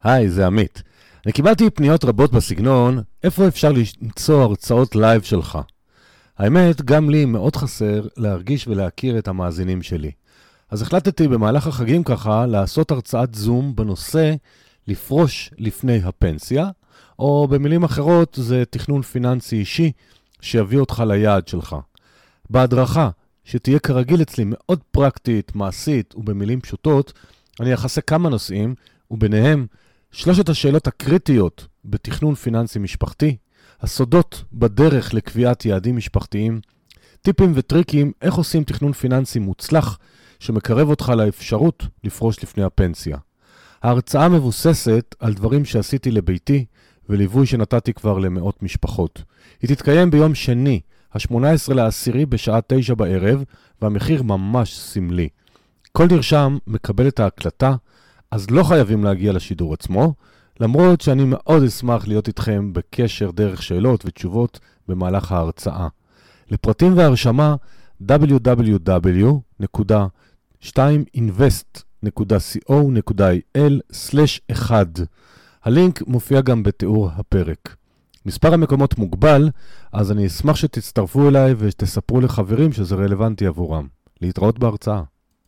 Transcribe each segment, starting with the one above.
היי, זה עמית. אני קיבלתי פניות רבות בסגנון, איפה אפשר למצוא הרצאות לייב שלך? האמת, גם לי מאוד חסר להרגיש ולהכיר את המאזינים שלי. אז החלטתי במהלך החגים ככה לעשות הרצאת זום בנושא לפרוש לפני הפנסיה, או במילים אחרות זה תכנון פיננסי אישי שיביא אותך ליעד שלך. בהדרכה, שתהיה כרגיל אצלי מאוד פרקטית, מעשית ובמילים פשוטות, אני אחסה כמה נושאים, וביניהם 3 השאלות הקריטיות בתכנון פיננסי משפחתי, הסודות בדרך לקביעת יעדים משפחתיים, טיפים וטריקים איך עושים תכנון פיננסי מוצלח שמקרב אותך לאפשרות לפרוש לפני הפנסיה. ההרצאה מבוססת על דברים שעשיתי לביתי וליווי שנתתי כבר למאות משפחות. היא תתקיים ביום שני, ה-18/10 בשעה 9 בערב, והמחיר ממש סמלי. כל נרשם מקבל את ההקלטה, אז לא חייבים להגיע לשידור עצמו, למרות שאני מאוד אשמח להיות איתכם בקשר דרך שאלות ותשובות במהלך ההרצאה. לפרטים והרשמה www.2invest.co.il/1. הלינק מופיע גם בתיאור הפרק. מספר המקומות מוגבל, אז אני אשמח שתצטרפו אליי ותספרו לחברים שזה רלוונטי עבורם. להתראות בהרצאה.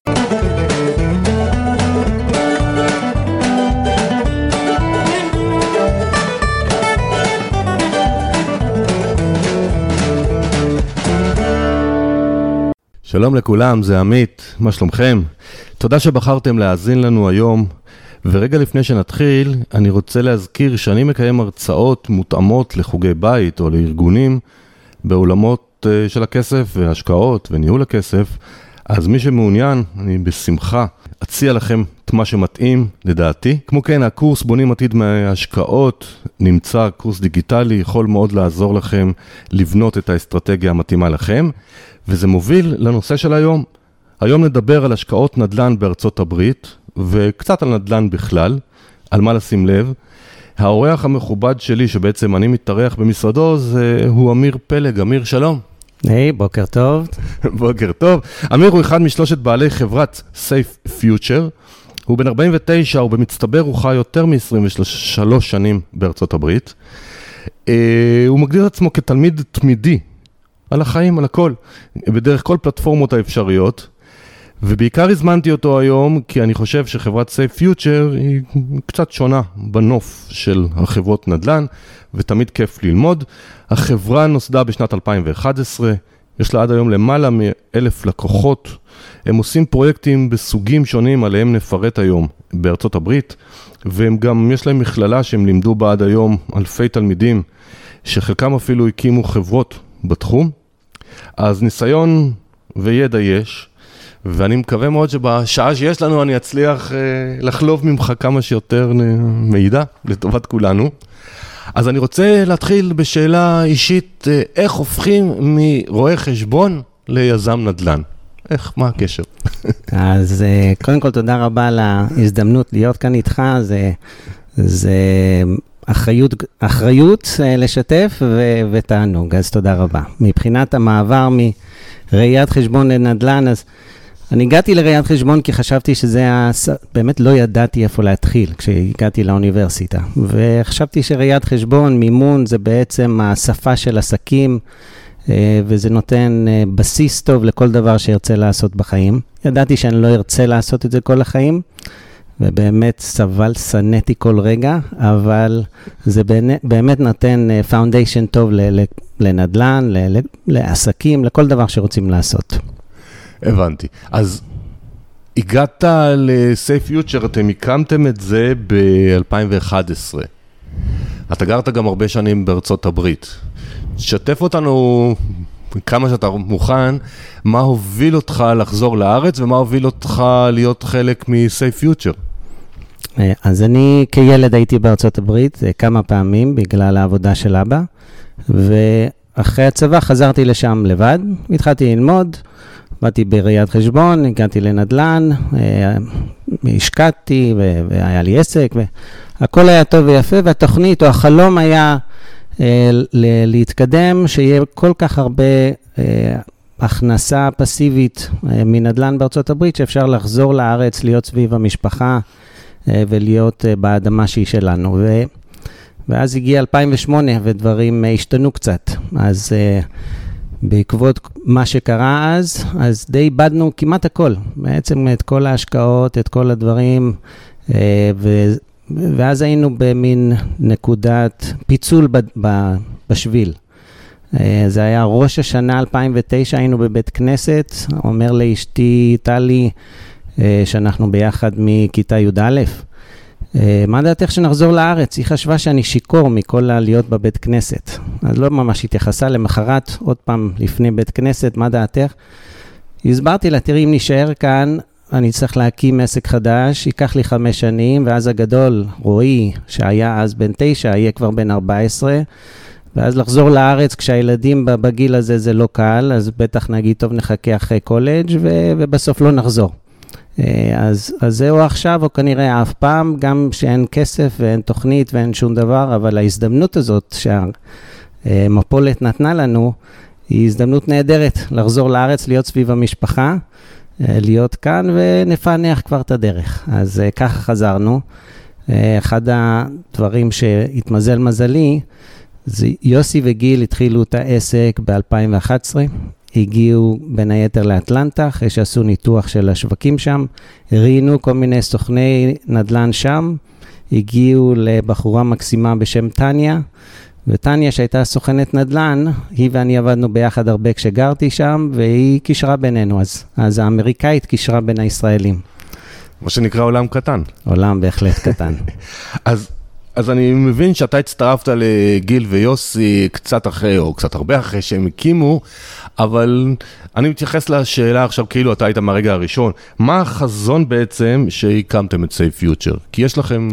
שלום לכולם, זה עמית, מה שלומכם? תודה שבחרתם להאזין לנו היום, ורגע לפני שנתחיל, אני רוצה להזכיר שאני מקיים הרצאות מותאמות לחוגי בית או לארגונים בעולמות של הכסף והשקעות וניהול הכסף, אז מי שמעוניין, אני בשמחה אציע לכם את מה שמתאים לדעתי. כמו כן, הקורס בונים עתיד מההשקעות נמצא קורס דיגיטלי, יכול מאוד לעזור לכם לבנות את האסטרטגיה המתאימה לכם, וזה מוביל לנושא של היום. היום נדבר על השקעות נדל"ן בארצות הברית, וקצת על נדל"ן בכלל, על מה לשים לב. האורח המכובד שלי, שבעצם אני מתארח במשרדו, הוא אמיר פלג. אמיר, שלום. היי, בוקר טוב. בוקר טוב. אמיר הוא אחד משלושת בעלי חברת Safe Future. הוא בן 49, ובמצטבר הוא חי יותר מ-23 שנים בארצות הברית. הוא מגדיר עצמו כתלמיד תמידי, על החיים, על הכל, בדרך כל פלטפורמות האפשריות. ובעיקר הזמנתי אותו היום, כי אני חושב שחברת Safe Future היא קצת שונה בנוף של החברות נדל"ן, ותמיד כיף ללמוד. החברה נוסדה בשנת 2011, יש לה עד היום למעלה מ1,000 לקוחות. הם עושים פרויקטים בסוגים שונים, עליהם נפרט היום בארצות הברית, והם גם, יש להם מכללה שהם לימדו בה עד היום אלפי תלמידים, שחלקם אפילו הקימו חברות בתחום. אז ניסיון וידע יש, ואני מקווה מאוד שבשעה שיש לנו אני אצליח לחלוב ממך כמה שיותר מידע לטובת כולנו. אז אני רוצה להתחיל בשאלה אישית, איך הופכים מרואה חשבון ליזם נדל"ן? מה הקשר? אז קודם כל תודה רבה על ההזדמנות להיות כאן איתך, זה אחריות לשתף ותענוג, אז תודה רבה. מבחינת המעבר מראיית חשבון לנדל"ן, אז אני הגעתי לראיית חשבון כי חשבתי שזה באמת לא ידעתי איפה להתחיל כשהגעתי לאוניברסיטה. וחשבתי שראיית חשבון, מימון, זה בעצם השפה של עסקים, וזה נותן בסיס טוב לכל דבר שירצה לעשות בחיים. ידעתי שאני לא ארצה לעשות את זה כל החיים, ובאמת סניתי כל רגע, אבל זה באמת נותן פאונדיישן טוב לנדל"ן, לעסקים, לכל דבר שרוצים לעשות. הבנתי. אז הגעת ל-Safe Future, אתם הקמתם את זה ב-2011. אתה גרת גם הרבה שנים בארצות הברית. שתף אותנו כמה שאתה מוכן, מה הוביל אותך לחזור לארץ ומה הוביל אותך להיות חלק מ-Safe Future? אז אני כילד הייתי בארצות הברית כמה פעמים בגלל העבודה של אבא, ואחרי הצבא חזרתי לשם לבד, התחלתי ללמוד, באתי בראיית חשבון, הגעתי לנדל"ן, השקעתי והיה לי עסק, והכל היה טוב ויפה, והתוכנית או החלום היה להתקדם, שיהיה כל כך הרבה הכנסה פסיבית מנדל"ן בארצות הברית, שאפשר לחזור לארץ, להיות סביב המשפחה, ולהיות באדמה שהיא שלנו. ואז הגיע 2008 ודברים השתנו קצת. אז בעקבות מה שקרה אז די איבדנו כמעט הכל. בעצם את כל ההשקעות, את כל הדברים, ואז היינו במין נקודת פיצול בשביל. זה היה ראש השנה 2009, היינו בבית כנסת, אומר לאשתי טלי, שאנחנו ביחד מכיתה י"א, מה דעתך שנחזור לארץ? היא חשבה שאני שיקור מכל העליות בבית כנסת. אז לא ממש התייחסה למחרת, עוד פעם לפני בית כנסת, מה דעתך? הסברתי לה, תראי, אם נשאר כאן, אני צריך להקים עסק חדש, ייקח לי 5 שנים, ואז הגדול, רועי, שהיה אז בן 9, יהיה כבר בן 14, ואז לחזור לארץ כשהילדים בגיל הזה זה לא קל, אז בטח נגיד, טוב, נחכה אחרי קולג' ובסוף לא נחזור. אז זהו עכשיו, או כנראה אף פעם, גם שאין כסף ואין תוכנית ואין שום דבר, אבל ההזדמנות הזאת שהמפולת נתנה לנו, היא הזדמנות נהדרת לחזור לארץ, להיות סביב המשפחה, להיות כאן ונפענח כבר את הדרך. אז ככה חזרנו. אחד הדברים שהתמזל מזלי, זה יוסי וגיל התחילו את העסק ב-2011, הגיעו בין היתר לאטלנטה, אחרי שעשו ניתוח של השווקים שם, הראינו כל מיני סוכני נדל"ן שם, הגיעו לבחורה מקסימה בשם טניה, וטניה שהייתה סוכנת נדל"ן, היא ואני עבדנו ביחד הרבה כשגרתי שם, והיא קישרה בינינו, אז האמריקאית קישרה בין הישראלים. מה שנקרא עולם קטן. עולם בהחלט קטן. אז אני מבין שאתה הצטרפת לגיל ויוסי קצת אחרי, או קצת הרבה אחרי שהם הקימו, אבל אני מתייחס לשאלה עכשיו כאילו אתה היית מהרגע הראשון. מה החזון בעצם שהקמתם את Safe Future? כי יש לכם.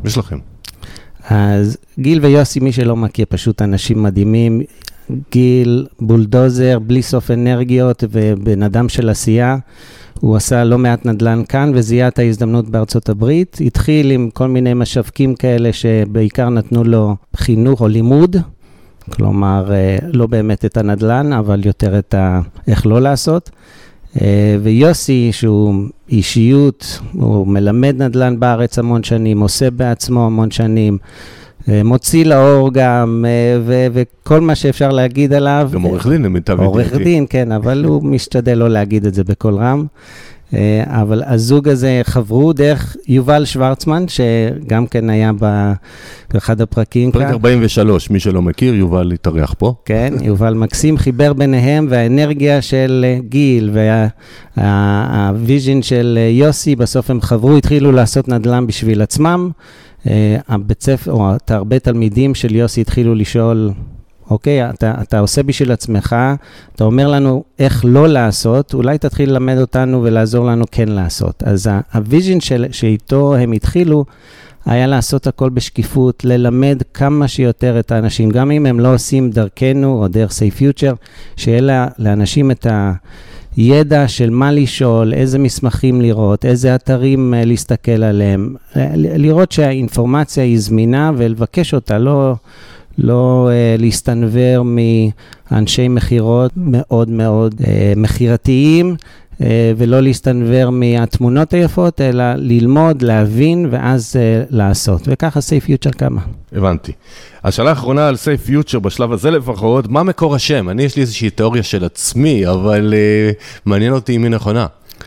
אז גיל ויוסי, מי שלא מכיר, פשוט אנשים מדהימים. גיל בולדוזר, בלי סוף אנרגיות ובן אדם של עשייה. הוא עשה לא מעט נדל"ן כאן וזיהה את ההזדמנות בארצות הברית. התחיל עם כל מיני משווקים כאלה שבעיקר נתנו לו חינוך או לימוד. כלומר, לא באמת את הנדל"ן, אבל יותר את איך לא לעשות. ויוסי, שהוא אישיות, הוא מלמד נדל"ן בארץ המון שנים, עושה בעצמו המון שנים, מוציא לאור גם, וכל מה שאפשר להגיד עליו. גם עורך דין, למיטב ידיעתי. עורך דין, כן, אבל הוא משתדל לא להגיד את זה בכל רם. אבל הזוג הזה חברו דרך יובל שוורצמן, שגם כן היה באחד הפרקים כאן. פרק 43, מי שלא מכיר, יובל התארח פה. כן, יובל מקסים, חיבר ביניהם, והאנרגיה של גיל והוויז'ן של יוסי, בסוף הם חברו, התחילו לעשות נדל"ן בשביל עצמם. הבית ספר, או הרבה תלמידים של יוסי התחילו לשאול, אוקיי, אתה עושה בשביל עצמך, אתה אומר לנו איך לא לעשות, אולי תתחיל ללמד אותנו ולעזור לנו כן לעשות. אז הוויז'ן שאיתו הם התחילו, היה לעשות הכל בשקיפות, ללמד כמה שיותר את האנשים, גם אם הם לא עושים דרכנו או דרך Safe Future, שיהיה לאנשים את הידע של מה לשאול, איזה מסמכים לראות, איזה אתרים להסתכל עליהם, לראות שהאינפורמציה היא זמינה ולבקש אותה, לא להסתנבר מאנשי מחירות מאוד מאוד מחירתיים, ולא להסתנבר מהתמונות היפות, אלא ללמוד, להבין ואז לעשות. וככה Safe Future קמה. הבנתי. השאלה האחרונה על Safe Future, בשלב הזה לפחות, מה מקור השם? אני יש לי איזושהי תיאוריה של עצמי, אבל מעניין אותי אם היא נכונה.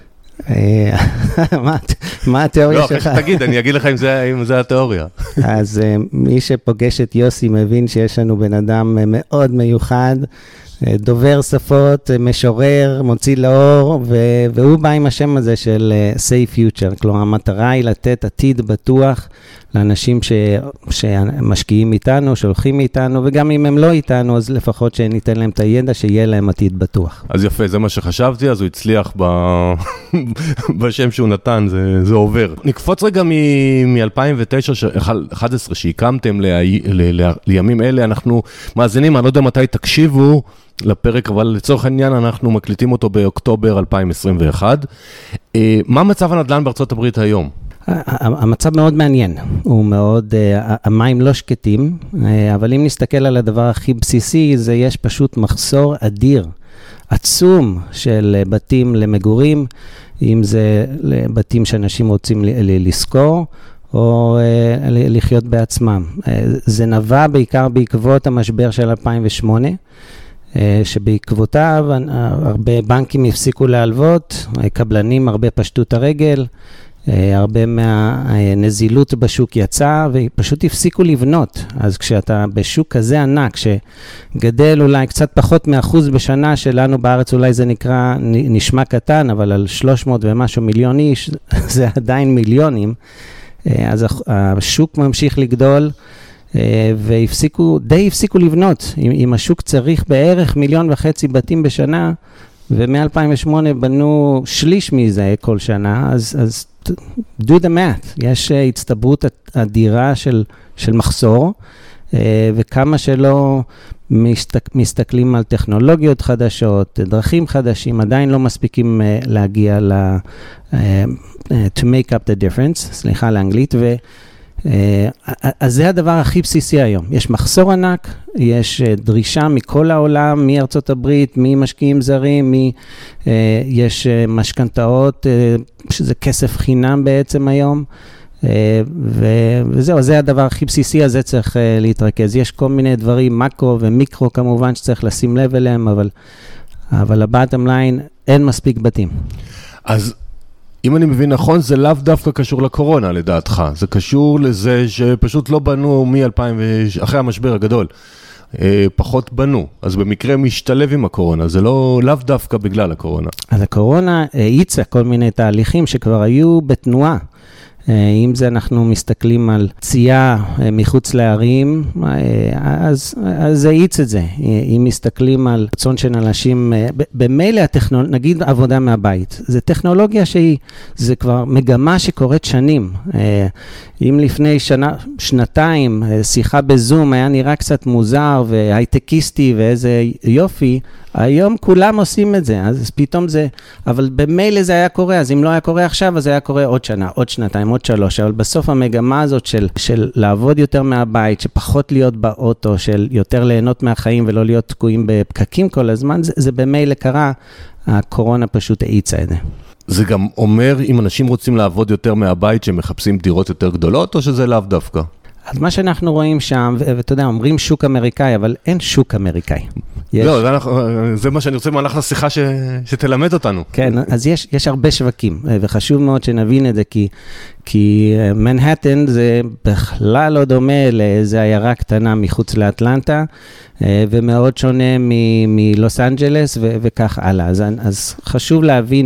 מה התיאוריה שלך? לא, תגיד, אני אגיד לך אם זה התיאוריה. אז מי שפוגש את יוסי מבין שיש לנו בן אדם מאוד מיוחד, דובר שפות, משורר, מוציא לאור, והוא בא עם השם הזה של Safe Future. כלומר, המטרה היא לתת עתיד בטוח לאנשים שמשקיעים איתנו, שהולכים איתנו, וגם אם הם לא איתנו, אז לפחות שניתן להם את הידע, שיהיה להם עתיד בטוח. אז יפה, זה מה שחשבתי, אז הוא הצליח בשם שהוא נתן, זה עובר. נקפוץ רגע מ-2009-2011 שהקמתם לימים אלה, אנחנו מאזינים, אני לא יודע מתי תקשיבו לפרק, אבל לצורך העניין אנחנו מקליטים אותו באוקטובר 2021. מה מצב הנדל"ן בארצות הברית היום? המצב מאוד מעניין, הוא מאוד, המים לא שקטים, אבל אם נסתכל על הדבר הכי בסיסי, זה יש פשוט מחסור אדיר, עצום של בתים למגורים, אם זה בתים שאנשים רוצים לשכור, או לחיות בעצמם. זה נבע בעיקר בעקבות המשבר של 2008, שבעקבותיו הרבה בנקים הפסיקו להלוות, קבלנים הרבה פשטו את הרגל, הרבה מהנזילות בשוק יצא, ופשוט הפסיקו לבנות. אז כשאתה בשוק כזה ענק, שגדל אולי קצת פחות מ1% בשנה, שלנו בארץ אולי זה נשמע קטן, אבל על 300 ומשהו מיליון איש, זה עדיין מיליונים, אז השוק ממשיך לגדול, די הפסיקו לבנות. אם השוק צריך בערך 1.5 מיליון בתים בשנה, ומ-2008 בנו שליש מזה כל שנה, אז do the math. יש הצטברות אדירה של מחסור, וכמה שלא מסתכלים על טכנולוגיות חדשות, דרכים חדשים, עדיין לא מספיקים להגיע to make up the difference, סליחה לאנגלית, אז זה הדבר הכי בסיסי היום. יש מחסור ענק, יש דרישה מכל העולם, מארצות הברית, ממשקיעים זרים, יש משכנתאות, שזה כסף חינם בעצם היום, וזהו, זה הדבר הכי בסיסי, הזה צריך להתרכז. יש כל מיני דברים, מקרו ומיקרו כמובן, שצריך לשים לב אליהם, אבל הבטם ליין, אין מספיק בתים. אז אם אני מבין נכון, זה לאו דווקא קשור לקורונה, לדעתך. זה קשור לזה שפשוט לא בנו אחרי המשבר הגדול. פחות בנו. אז במקרה משתלב עם הקורונה. זה לאו דווקא בגלל הקורונה. אז הקורונה האיצה כל מיני תהליכים שכבר היו בתנועה. אם זה אנחנו מסתכלים על צייה מחוץ לערים, אז זה ייץ את זה. אם מסתכלים על רצון של אנשים, במילא נגיד עבודה מהבית, זה טכנולוגיה זה כבר מגמה שקורית שנים. אם לפני שנתיים שיחה בזום היה נראה קצת מוזר והייטקיסטי ואיזה יופי, היום כולם עושים את זה, אז פתאום זה, אבל במילא זה היה קורה, אז אם לא היה קורה עכשיו, אז זה היה קורה עוד שנה, עוד שנתיים, עוד 3, אבל בסוף המגמה הזאת של לעבוד יותר מהבית, שפחות להיות באוטו, של יותר ליהנות מהחיים ולא להיות תקועים בפקקים כל הזמן, זה במילא קרה, הקורונה פשוט האיצה את זה. זה גם אומר, אם אנשים רוצים לעבוד יותר מהבית, שהם מחפשים דירות יותר גדולות, או שזה לאו דווקא? אז מה שאנחנו רואים שם, ואתה יודע, אומרים שוק אמריקאי, אבל אין שוק אמריקאי. לא, זה מה שאני רוצה במהלך השיחה שתלמד אותנו. כן, אז יש הרבה שווקים, וחשוב מאוד שנבין את זה, כי מנהטן זה בכלל לא דומה לאיזו עיירה קטנה מחוץ לאטלנטה, ומאוד שונה מלוס אנג'לס וכך הלאה. אז חשוב להבין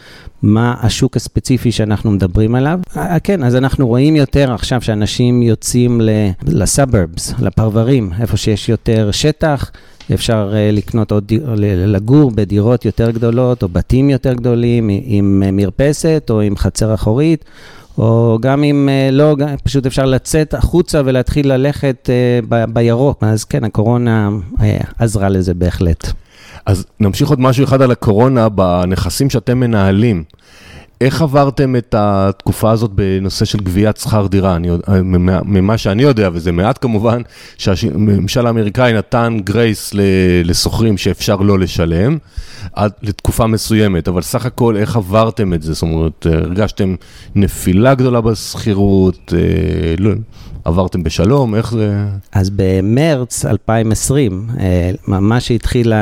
מה השוק הספציפי שאנחנו מדברים עליו. כן, אז אנחנו רואים יותר עכשיו שאנשים יוצאים לסאברבס, לפרברים, איפה שיש יותר שטח, אפשר לקנות עוד, לגור בדירות יותר גדולות, או בתים יותר גדולים, עם מרפסת, או עם חצר אחורית, או גם אם לא, פשוט אפשר לצאת החוצה ולהתחיל ללכת בירוק. אז כן, הקורונה עזרה לזה בהחלט. אז נמשיך עוד משהו אחד על הקורונה, בנכסים שאתם מנהלים. איך עברתם את התקופה הזאת בנושא של גביית שכר דירה? ממה שאני יודע, וזה מעט כמובן, שהממשל האמריקאי נתן גרייס לסוחרים שאפשר לא לשלם, עד לתקופה מסוימת, אבל סך הכל איך עברתם את זה? זאת אומרת, הרגשתם נפילה גדולה בסחירות, עברתם בשלום, איך זה? אז במרץ 2020, ממש התחיל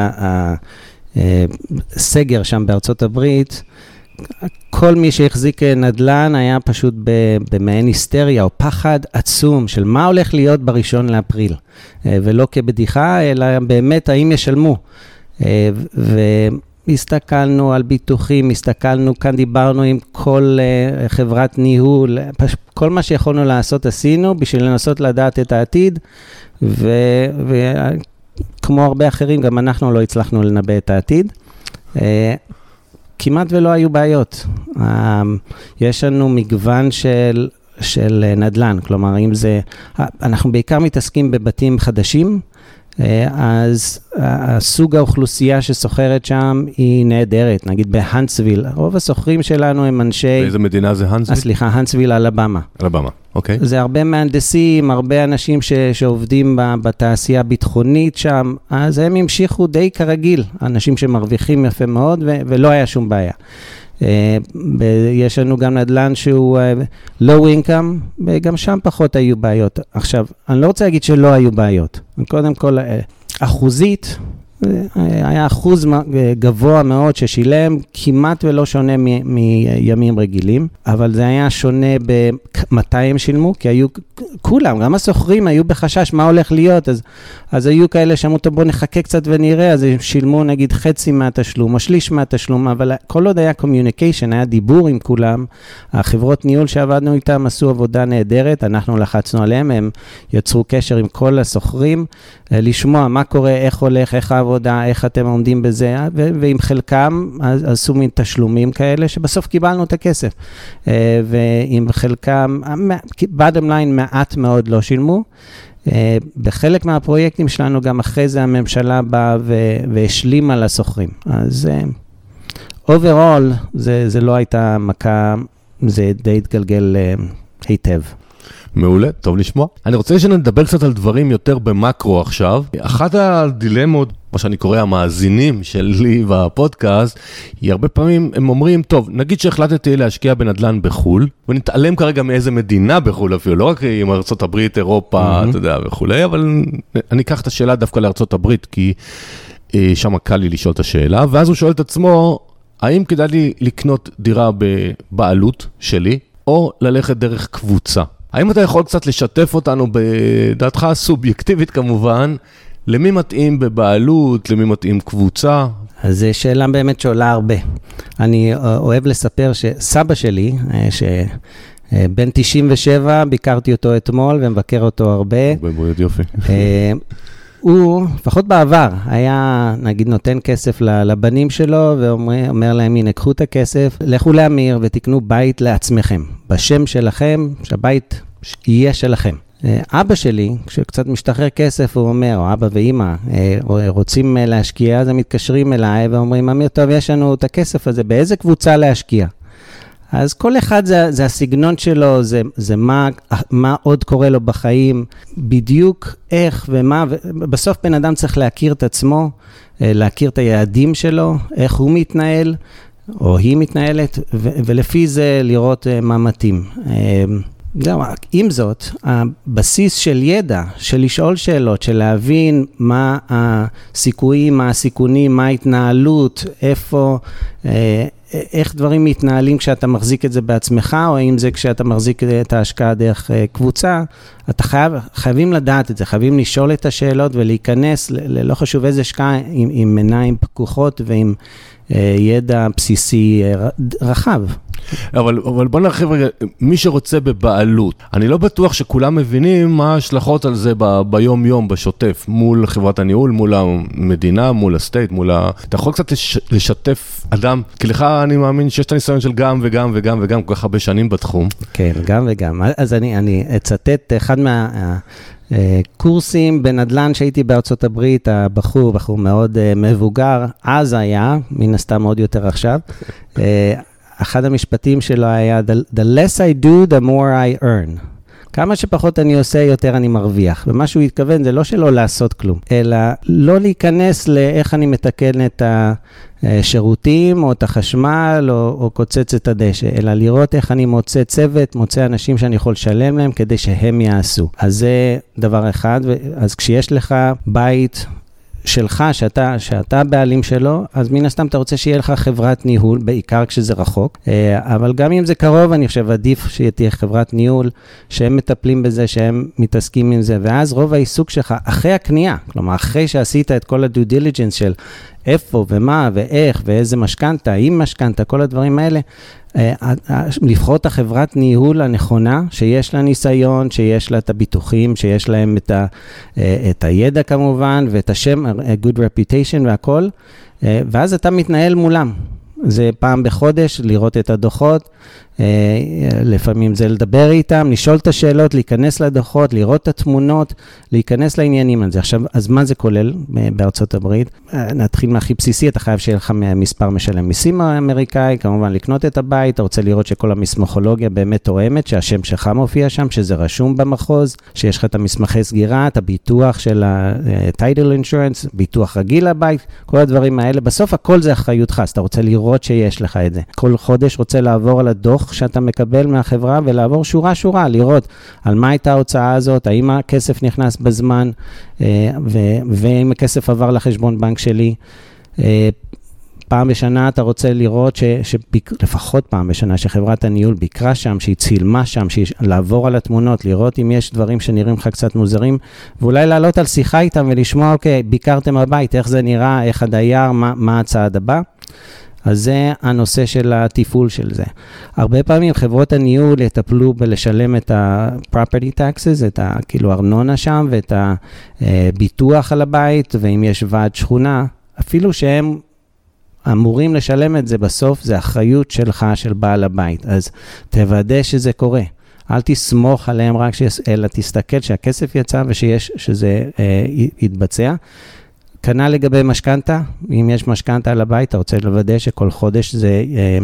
הסגר שם בארצות הברית, כל מי שהחזיק נדל"ן היה פשוט במעין היסטריה או פחד עצום של מה הולך להיות ב1 לאפריל, ולא כבדיחה, אלא באמת האם ישלמו. והסתכלנו על ביטוחים, כאן דיברנו עם כל חברת ניהול, כל מה שיכולנו לעשות עשינו בשביל לנסות לדעת את העתיד, וכמו הרבה אחרים, גם אנחנו לא הצלחנו לנבא את העתיד. כמעט ולא היו בעיות. יש לנו מגוון של נדל"ן, כלומר, אם זה, אנחנו בעיקר מתעסקים בבתים חדשים, אז הסוג האוכלוסייה שסוחרת שם היא נהדרת, נגיד בהנסוויל, רוב הסוחרים שלנו הם אנשי... באיזה מדינה זה הנסוויל? סליחה, הנסוויל, אלבמה. אלבמה, אוקיי. זה הרבה מהנדסים, הרבה אנשים שעובדים בתעשייה הביטחונית שם, אז הם המשיכו די כרגיל, אנשים שמרוויחים יפה מאוד ולא היה שום בעיה. יש לנו גם נדל"ן שהוא low income, וגם שם פחות היו בעיות. עכשיו, אני לא רוצה להגיד שלא היו בעיות. קודם כל, אחוזית, היה אחוז גבוה מאוד ששילם, כמעט ולא שונה מימים רגילים, אבל זה היה שונה במתי הם שילמו, כי היו כולם, גם הסוחרים היו בחשש מה הולך להיות, אז היו כאלה שאמרו, בוא נחכה קצת ונראה, אז הם שילמו נגיד חצי מהתשלום, או שליש מהתשלום, אבל כל עוד היה communication, היה דיבור עם כולם, החברות ניהול שעבדנו איתם עשו עבודה נהדרת, אנחנו לחצנו עליהם, הם יצרו קשר עם כל הסוחרים, לשמוע מה קורה, איך הולך, איך העבודה, איך אתם עומדים בזה, ועם חלקם עשו מין תשלומים כאלה, שבסוף קיבלנו את הכסף. ועם חלקם, bottom line, מעט מאוד לא שילמו. בחלק מהפרויקטים שלנו, גם אחרי זה הממשלה באה והשלימה לסוחרים. אז overall, זה לא הייתה מכה, זה די התגלגל היטב. מעולה, טוב לשמוע. אני רוצה שנדבר קצת על דברים יותר במקרו עכשיו. אחת הדילמות, מה שאני קורא המאזינים שלי בפודקאסט, היא הרבה פעמים הם אומרים, טוב, נגיד שהחלטתי להשקיע בנדל"ן בחול, ונתעלם כרגע מאיזה מדינה בחול אפילו, לא רק עם ארצות הברית, אירופה, אתה יודע, וכולי, אבל אני אקח את השאלה דווקא לארצות הברית, כי שם קל לי לשאול את השאלה, ואז הוא שואל את עצמו, האם כדאי לי לקנות דירה בבעלות שלי, או ללכת דרך קבוצה? האם אתה יכול קצת לשתף אותנו בדעתך הסובייקטיבית כמובן, למי מתאים בבעלות, למי מתאים קבוצה? אז זו שאלה באמת שעולה הרבה. אני אוהב לספר שסבא שלי, שבן 97, ביקרתי אותו אתמול ומבקר אותו הרבה. באמת יופי. הוא, לפחות בעבר, היה, נגיד, נותן כסף לבנים שלו, ואומר להם, הנה, קחו את הכסף, לכו לאמיר ותקנו בית לעצמכם. בשם שלכם, שהבית יהיה שלכם. אבא שלי, כשקצת משתחרר כסף, הוא אומר, או אבא ואמא, רוצים להשקיע, אז הם מתקשרים אליי ואומרים, אמיר, טוב, יש לנו את הכסף הזה, באיזה קבוצה להשקיע? אז כל אחד זה הסגנון שלו, זה מה עוד קורה לו בחיים, בדיוק איך ומה, בסוף בן אדם צריך להכיר את עצמו, להכיר את היעדים שלו, איך הוא מתנהל, או היא מתנהלת, ולפי זה לראות מה מתאים. עם זאת, הבסיס של ידע, של לשאול שאלות, של להבין מה הסיכויים, מה הסיכונים, מה ההתנהלות, איפה, איך דברים מתנהלים כשאתה מחזיק את זה בעצמך, או אם זה כשאתה מחזיק את ההשקעה דרך קבוצה, אתה חייבים לדעת את זה, חייבים לשאול את השאלות ולהיכנס, לא חשוב איזה השקעה, עם עיניים פקוחות ועם ידע בסיסי רחב. אבל בוא נרחיב רגע, מי שרוצה בבעלות, אני לא בטוח שכולם מבינים מה ההשלכות על זה ביום יום, בשוטף, מול חברת הניהול, מול המדינה, מול הסטייט, אתה יכול קצת לשתף אדם, כי לך אני מאמין שיש את הניסיון של גם וגם וגם וגם, כל כך הרבה שנים בתחום. כן, גם וגם. אז אני אצטט אחד קורסים בנדל"ן שהייתי בארצות הברית, בחור מאוד מבוגר, אז היה, מן הסתם עוד יותר עכשיו, אחד המשפטים שלו היה, the less I do, the more I earn. כמה שפחות אני עושה, יותר אני מרוויח. ומה שהוא התכוון זה לא שלא לעשות כלום, אלא לא להיכנס לאיך אני מתקן את השירותים, או את החשמל, או קוצץ את הדשא, אלא לראות איך אני מוצא צוות, מוצא אנשים שאני יכול לשלם להם, כדי שהם יעשו. אז זה דבר אחד, אז כשיש לך בית שלך, שאתה בעלים שלו, אז מן הסתם אתה רוצה שיהיה לך חברת ניהול, בעיקר כשזה רחוק, אבל גם אם זה קרוב, אני חושב עדיף שתהיה חברת ניהול, שהם מטפלים בזה, שהם מתעסקים עם זה, ואז רוב העיסוק שלך, אחרי הקנייה, כלומר, אחרי שעשית את כל ה-due diligence של איפה ומה ואיך ואיזה משכנתה, עם משכנתה, כל הדברים האלה, לבחור את החברת ניהול הנכונה, שיש לה ניסיון, שיש לה את הביטוחים, שיש להם את הידע כמובן, ואת השם, good reputation והכל, ואז אתה מתנהל מולם. זה פעם בחודש, לראות את הדוחות, לפעמים זה לדבר איתם, לשאול את השאלות, להיכנס לדוחות, לראות את התמונות, להיכנס לעניינים על זה. עכשיו, אז מה זה כולל בארצות הברית? נתחיל מהכי בסיסי, אתה חייב שיהיה לך מספר משלם מיסים האמריקאי, כמובן לקנות את הבית, אתה רוצה לראות שכל המסמכולוגיה באמת תואמת, שהשם שלך מופיע שם, שזה רשום במחוז, שיש לך את המסמכי סגירה, את הביטוח של ה-title insurance, ביטוח רגיל לבית, כל הדברים האלה. בסוף הכל זה אחריותך, אז אתה רוצה לראות שיש לך את זה. כל חודש רוצה לעבור על הדוח שאתה מקבל מהחברה, ולעבור שורה, לראות על מה הייתה ההוצאה הזאת, האם הכסף נכנס בזמן, ואם הכסף עבר לחשבון בנק שלי. פעם בשנה אתה רוצה לראות לפחות פעם בשנה שחברת הניהול ביקרה שם, שהיא צילמה שם, לעבור על התמונות, לראות אם יש דברים שנראים לך קצת מוזרים, ואולי לעלות על שיחה איתם ולשמוע, אוקיי, ביקרתם הבית, איך זה נראה, איך הדייר, מה הצעד הבא. אז זה הנושא של התפעול של זה. הרבה פעמים חברות הניהול יטפלו בלשלם את ה-property taxes, את כאילו ארנונה שם, ואת הביטוח על הבית, ואם יש ועד שכונה, אפילו שהם אמורים לשלם את זה בסוף, זה אחריות שלך, של בעל הבית. אז תוודא שזה קורה. אל תסמוך עליהם רק, אלא תסתכל שהכסף יצא ושזה יתבצע. כנ"ל לגבי משכנתה, אם יש משכנתה על הבית, אתה רוצה לוודא שכל חודש זה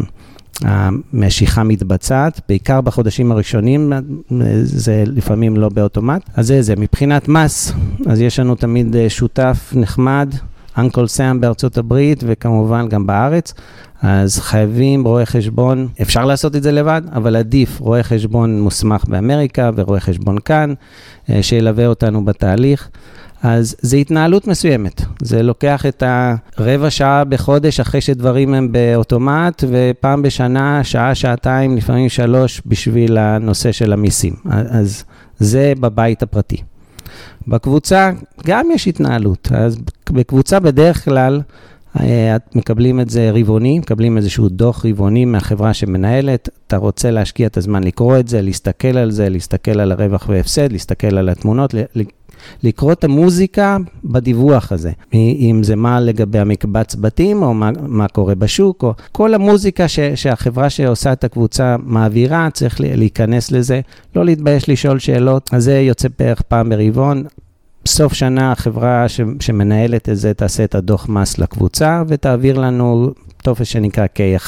המשיכה מתבצעת, בעיקר בחודשים הראשונים, זה לפעמים לא באוטומט. אז זה מבחינת מס, אז יש לנו תמיד שותף נחמד, אנקל סאם בארצות הברית, וכמובן גם בארץ, אז חייבים רואה חשבון, אפשר לעשות את זה לבד, אבל עדיף רואה חשבון מוסמך באמריקה, ורואה חשבון כאן, שילווה אותנו בתהליך. אז זה התנהלות מסוימת, זה לוקח את הרבע שעה בחודש אחרי שדברים הם באוטומט, ופעם בשנה, שעה, שעתיים, לפעמים 3 בשביל הנושא של המיסים. אז זה בבית הפרטי. בקבוצה גם יש התנהלות, אז בקבוצה בדרך כלל מקבלים את זה רבעוני, מקבלים איזשהו דוח רבעוני מהחברה שמנהלת, אתה רוצה להשקיע את הזמן לקרוא את זה, להסתכל על זה, להסתכל על הרווח והפסד, להסתכל על התמונות, לקרוא את המוזיקה בדיווח הזה. אם זה מה לגבי המקבץ בתים, או מה קורה בשוק, או כל המוזיקה שהחברה שעושה את הקבוצה מעבירה, צריך להיכנס לזה, לא להתבייש לשאול שאלות. אז זה יוצא בערך פעם ברבעון. בסוף שנה החברה שמנהלת את זה תעשה את הדוח מס לקבוצה, ותעביר לנו טופס שנקרא K1,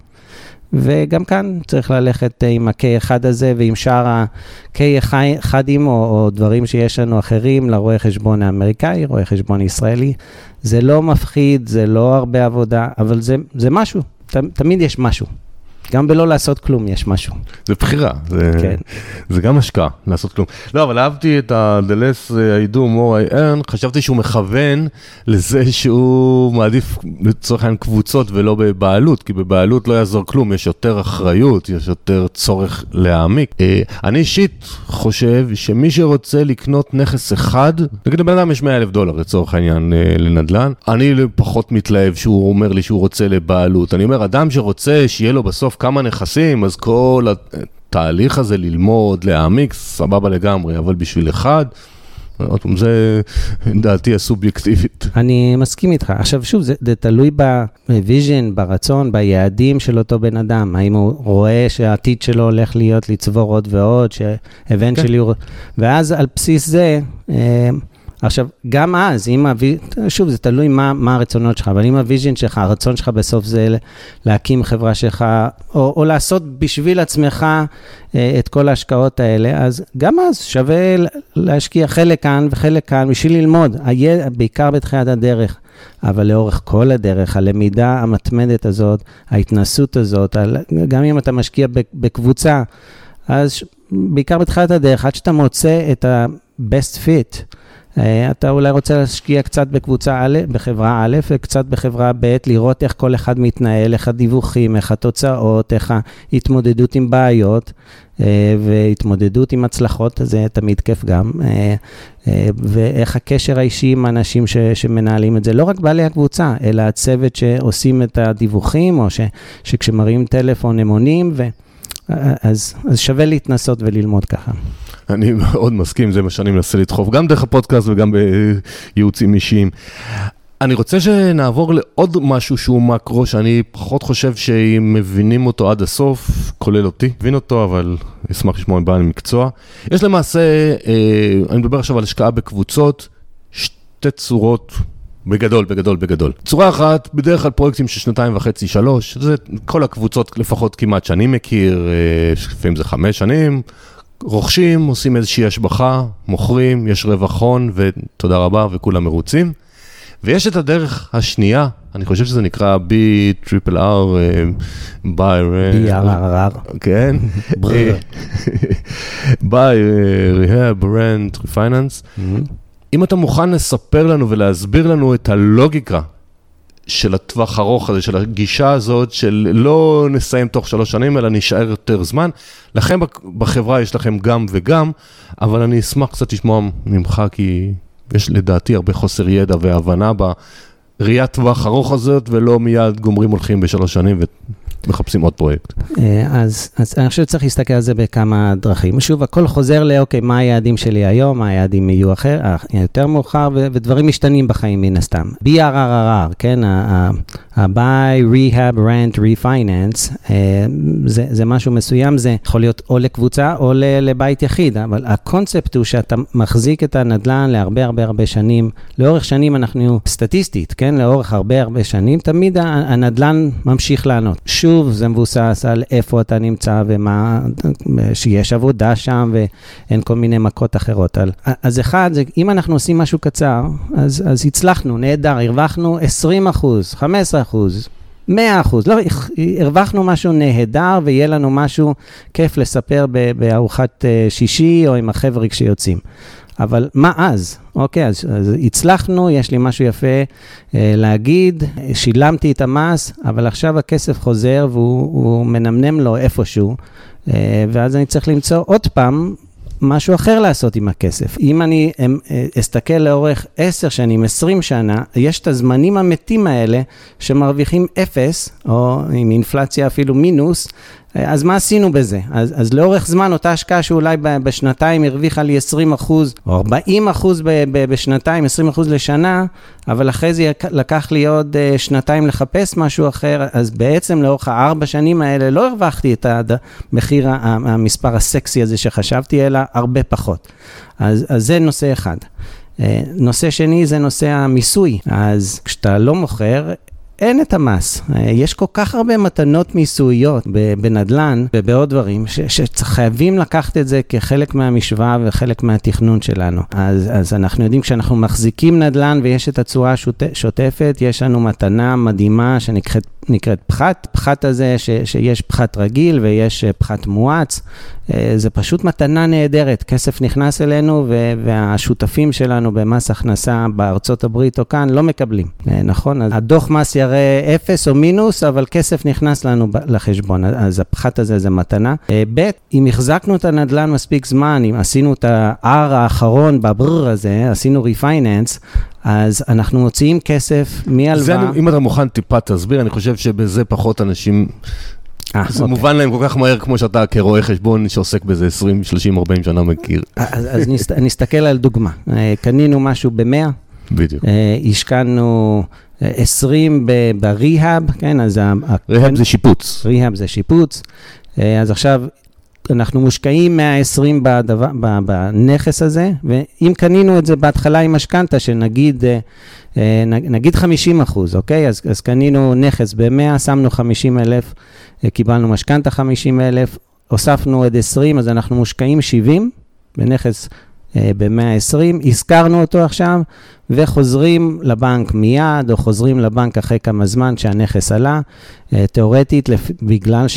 וגם כאן צריך ללכת עם ה-K1 הזה, ועם שאר ה-K1ים או דברים שיש לנו אחרים, לרואה חשבון האמריקאי, רואה חשבון ישראלי. זה לא מפחיד, זה לא הרבה עבודה, אבל זה משהו, תמיד יש משהו. גם בלא לעשות כלום יש משהו. זה בחירה, זה גם השקעה, לעשות כלום. לא, אבל אהבתי את ה-The less I do more I earn, חשבתי שהוא מכוון לזה שהוא מעדיף לצורך העניין קבוצות ולא בבעלות, כי בבעלות לא יעזור כלום, יש יותר אחריות, יש יותר צורך להעמיק. אני אישית חושב שמי שרוצה לקנות נכס אחד, נגיד לבן אדם יש $100,000 לצורך העניין לנדל"ן, אני פחות מתלהב שהוא אומר לי שהוא רוצה לבעלות. אני אומר, אדם שרוצה שיהיה לו בסוף כמה נכסים, אז כל התהליך הזה ללמוד, להעמיק, סבבה לגמרי, אבל בשביל אחד, זה דעתי הסובייקטיבית. אני מסכים איתך. עכשיו שוב, זה תלוי בוויז'ן, ברצון, ביעדים של אותו בן אדם. האם הוא רואה שהעתיד שלו הולך להיות לצבור עוד ועוד, שהבן שלי הוא... ואז על בסיס זה... עכשיו, גם אז, שוב, זה תלוי מה הרצונות שלך, אבל אם הוויז'ן שלך, הרצון שלך בסוף זה להקים חברה שלך, או לעשות בשביל עצמך את כל ההשקעות האלה, אז גם אז שווה להשקיע חלק כאן וחלק כאן, בשביל ללמוד, בעיקר בתחילת הדרך, אבל לאורך כל הדרך, הלמידה המתמדת הזאת, ההתנסות הזאת, גם אם אתה משקיע בקבוצה, אז בעיקר בתחילת הדרך, עד שאתה מוצא את ה-best fit, אתה אולי רוצה להשקיע קצת בקבוצה א', בחברה א', וקצת בחברה ב', לראות איך כל אחד מתנהל, איך הדיווחים, איך התוצאות, איך ההתמודדות עם בעיות, והתמודדות עם הצלחות, זה תמיד כיף גם, ואיך הקשר האישי עם האנשים שמנהלים את זה, לא רק בעלי הקבוצה, אלא הצוות שעושים את הדיווחים, או שכשמראים טלפון הם עונים, אז שווה להתנסות וללמוד ככה. אני מאוד מסכים, זה מה שאני מנסה לדחוף, גם דרך הפודקאסט וגם בייעוצים אישיים. אני רוצה שנעבור לעוד משהו שהוא מקרו, שאני פחות חושב שאם מבינים אותו עד הסוף, כולל אותי, מבין אותו, אבל אשמח לשמוע מבעל מקצוע. יש למעשה, אני מדבר עכשיו על השקעה בקבוצות, שתי צורות, בגדול. צורה אחת, בדרך כלל פרויקטים של 2.5, 3, זה כל הקבוצות לפחות כמעט שאני מכיר, לפעמים זה 5 שנים, רוכשים, עושים איזושהי השבחה, מוכרים, יש רווח הון, ותודה רבה, וכולם מרוצים. ויש את הדרך השנייה, אני חושב שזה נקרא BRRR, BRRR. כן. Buy, Rehab, Rent, Refinance. אם אתה מוכן לספר לנו ולהסביר לנו את הלוגיקה של הטווח ארוך הזה, של הגישה הזאת, של לא נסיים תוך 3 שנים, אלא נשאר יותר זמן. לכם בחברה יש לכם גם וגם, אבל אני אשמח קצת לשמוע ממך, כי יש לדעתי הרבה חוסר ידע והבנה בראיית טווח ארוך הזאת, ולא מיד גומרים הולכים ב3 שנים ומחפשים עוד פרויקט. אז אני חושב שצריך להסתכל על זה בכמה דרכים. שוב, הכל חוזר לאוקיי, מה היעדים שלי היום, מה היעדים יהיו יותר מאוחר, ודברים משתנים בחיים מן הסתם. BRRR, כן, ה-Buy, Rehab, Rent, Refinance, זה משהו מסוים, זה יכול להיות או לקבוצה או לבית יחיד, אבל הקונספט הוא שאתה מחזיק את הנדלן להרבה שנים, לאורך שנים אנחנו סטטיסטית, כן, לאורך הרבה שנים, תמיד הנדלן ממשיך לענות. שוב, זה מבוסס על איפה אתה נמצא ומה, שיש עבודה שם ואין כל מיני מכות אחרות. אז אחד, אם אנחנו עושים משהו קצר, אז הצלחנו, נהדר, הרווחנו 20%, 15%, 100%, לא, הרווחנו משהו נהדר ויהיה לנו משהו כיף לספר בארוחת שישי או עם החבר'ה כשיוצאים. אבל מה אז? אוקיי, אז הצלחנו, יש לי משהו יפה להגיד, שילמתי את המס, אבל עכשיו הכסף חוזר והוא מנמנם לו איפשהו, ואז אני צריך למצוא עוד פעם משהו אחר לעשות עם הכסף. אם אני אסתכל לאורך 10 שנים, 20 שנה, יש את הזמנים המתים האלה שמרוויחים 0, או עם אינפלציה אפילו מינוס, אז מה עשינו בזה? אז לאורך זמן, אותה השקעה שאולי בשנתיים הרוויחה לי 20% או 40% בשנתיים, 20% לשנה, אבל אחרי זה לקח לי עוד 2 לחפש משהו אחר, אז בעצם לאורך 4 שנים האלה לא הרווחתי את המחיר, המספר הסקסי הזה שחשבתי, אלא הרבה פחות. אז זה נושא אחד. נושא שני זה נושא המיסוי. אז כשאתה לא מוכר, אין את המס. יש כל כך הרבה מתנות מיסויות בנדלן ובעוד דברים, שחייבים לקחת את זה כחלק מהמשוואה וחלק מהתכנון שלנו. אז אנחנו יודעים כשאנחנו מחזיקים נדלן ויש את הצורה השוטפת, יש לנו מתנה מדהימה שנקראת פחת. פחת הזה שיש פחת רגיל ויש פחת מואץ. זה פשוט מתנה נהדרת. כסף נכנס אלינו והשותפים שלנו במס הכנסה בארצות הברית או כאן לא מקבלים. נכון? הדוח מס יראה 0 או מינוס, אבל כסף נכנס לנו לחשבון. אז הפחת הזה זה מתנה. ב', אם החזקנו את הנדלן מספיק זמן, אם עשינו את ה-R האחרון בברר הזה, עשינו ריפייננס, אז אנחנו מוציאים כסף מהלוואה. אם אתה מוכן טיפה תסביר, אני חושב שבזה פחות אנשים, זה מובן להם כל כך מהר כמו שאתה כרואה חשבון שעוסק בזה 20, 30, 40 שנה מכיר. אז נסתכל על דוגמה. קנינו משהו ב-100, בדיוק. השקענו 20 בריהאב, כן, אז ריהאב זה שיפוץ. ריהאב זה שיפוץ. אז עכשיו אנחנו מושקעים 120 בנכס הזה, ואם קנינו את זה בהתחלה עם משכנתה, שנגיד 50%, אוקיי? אז קנינו נכס ב-100, שמנו 50,000, קיבלנו משכנתה 50,000, הוספנו עד 20, אז אנחנו מושקעים 70 בנכס ב-120, הזכרנו אותו עכשיו, וחוזרים לבנק מיד, או חוזרים לבנק אחרי כמה זמן שהנכס עלה, תיאורטית, בגלל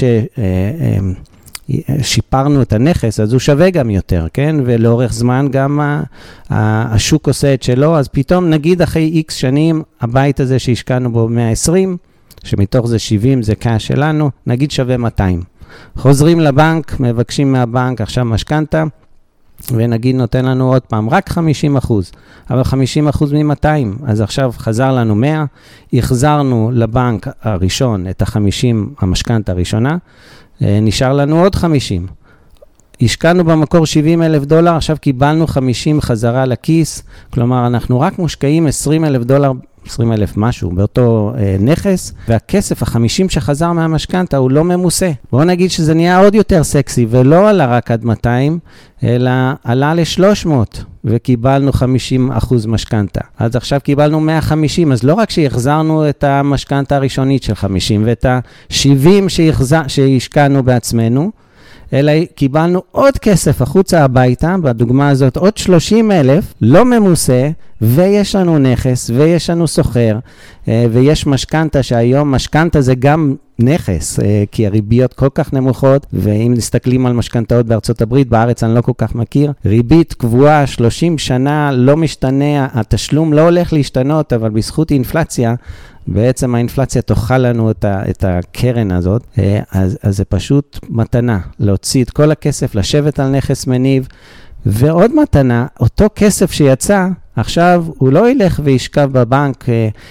שיפרנו את הנכס, אז הוא שווה גם יותר, כן? ולאורך זמן גם השוק עושה את שלו, אז פתאום נגיד אחרי X שנים, הבית הזה שהשקענו בו 120, שמתוך זה 70 זה קש שלנו, נגיד שווה 200. חוזרים לבנק, מבקשים מהבנק עכשיו משכנתה, ונגיד נותן לנו עוד פעם רק 50%, אבל 50% מ-200, אז עכשיו חזר לנו 100, החזרנו לבנק הראשון את ה-50 המשכנתה הראשונה, נשאר לנו עוד 50. השקענו במקור $70,000, עכשיו קיבלנו 50 חזרה לכיס, כלומר אנחנו רק מושקעים $20,000 20,000 משהו באותו נכס, והכסף, 50 שחזר מהמשכנתה, הוא לא ממוסה. בואו נגיד שזה נהיה עוד יותר סקסי, ולא עלה רק עד 200, אלא עלה ל-300, וקיבלנו 50% משכנתה. אז עכשיו קיבלנו 150, אז לא רק שהחזרנו את המשכנתה הראשונית של 50, ואת ה-70 שהשקענו בעצמנו, אלא קיבלנו עוד כסף החוצה הביתה, בדוגמה הזאת עוד 30,000, לא ממוסה, ויש לנו נכס, ויש לנו סוחר, ויש משכנתה, שהיום משכנתה זה גם נכס, כי הריביות כל כך נמוכות, ואם נסתכלים על משכנתאות בארצות הברית, בארץ אני לא כל כך מכיר, ריבית קבועה 30 שנה לא משתנה, התשלום לא הולך להשתנות, אבל בזכות אינפלציה, בעצם האינפלציה תאכל לנו את הקרן הזאת, אז זה פשוט מתנה, להוציא את כל הכסף, לשבת על נכס מניב, ועוד מתנה, אותו כסף שיצא, עכשיו הוא לא ילך וישכב בבנק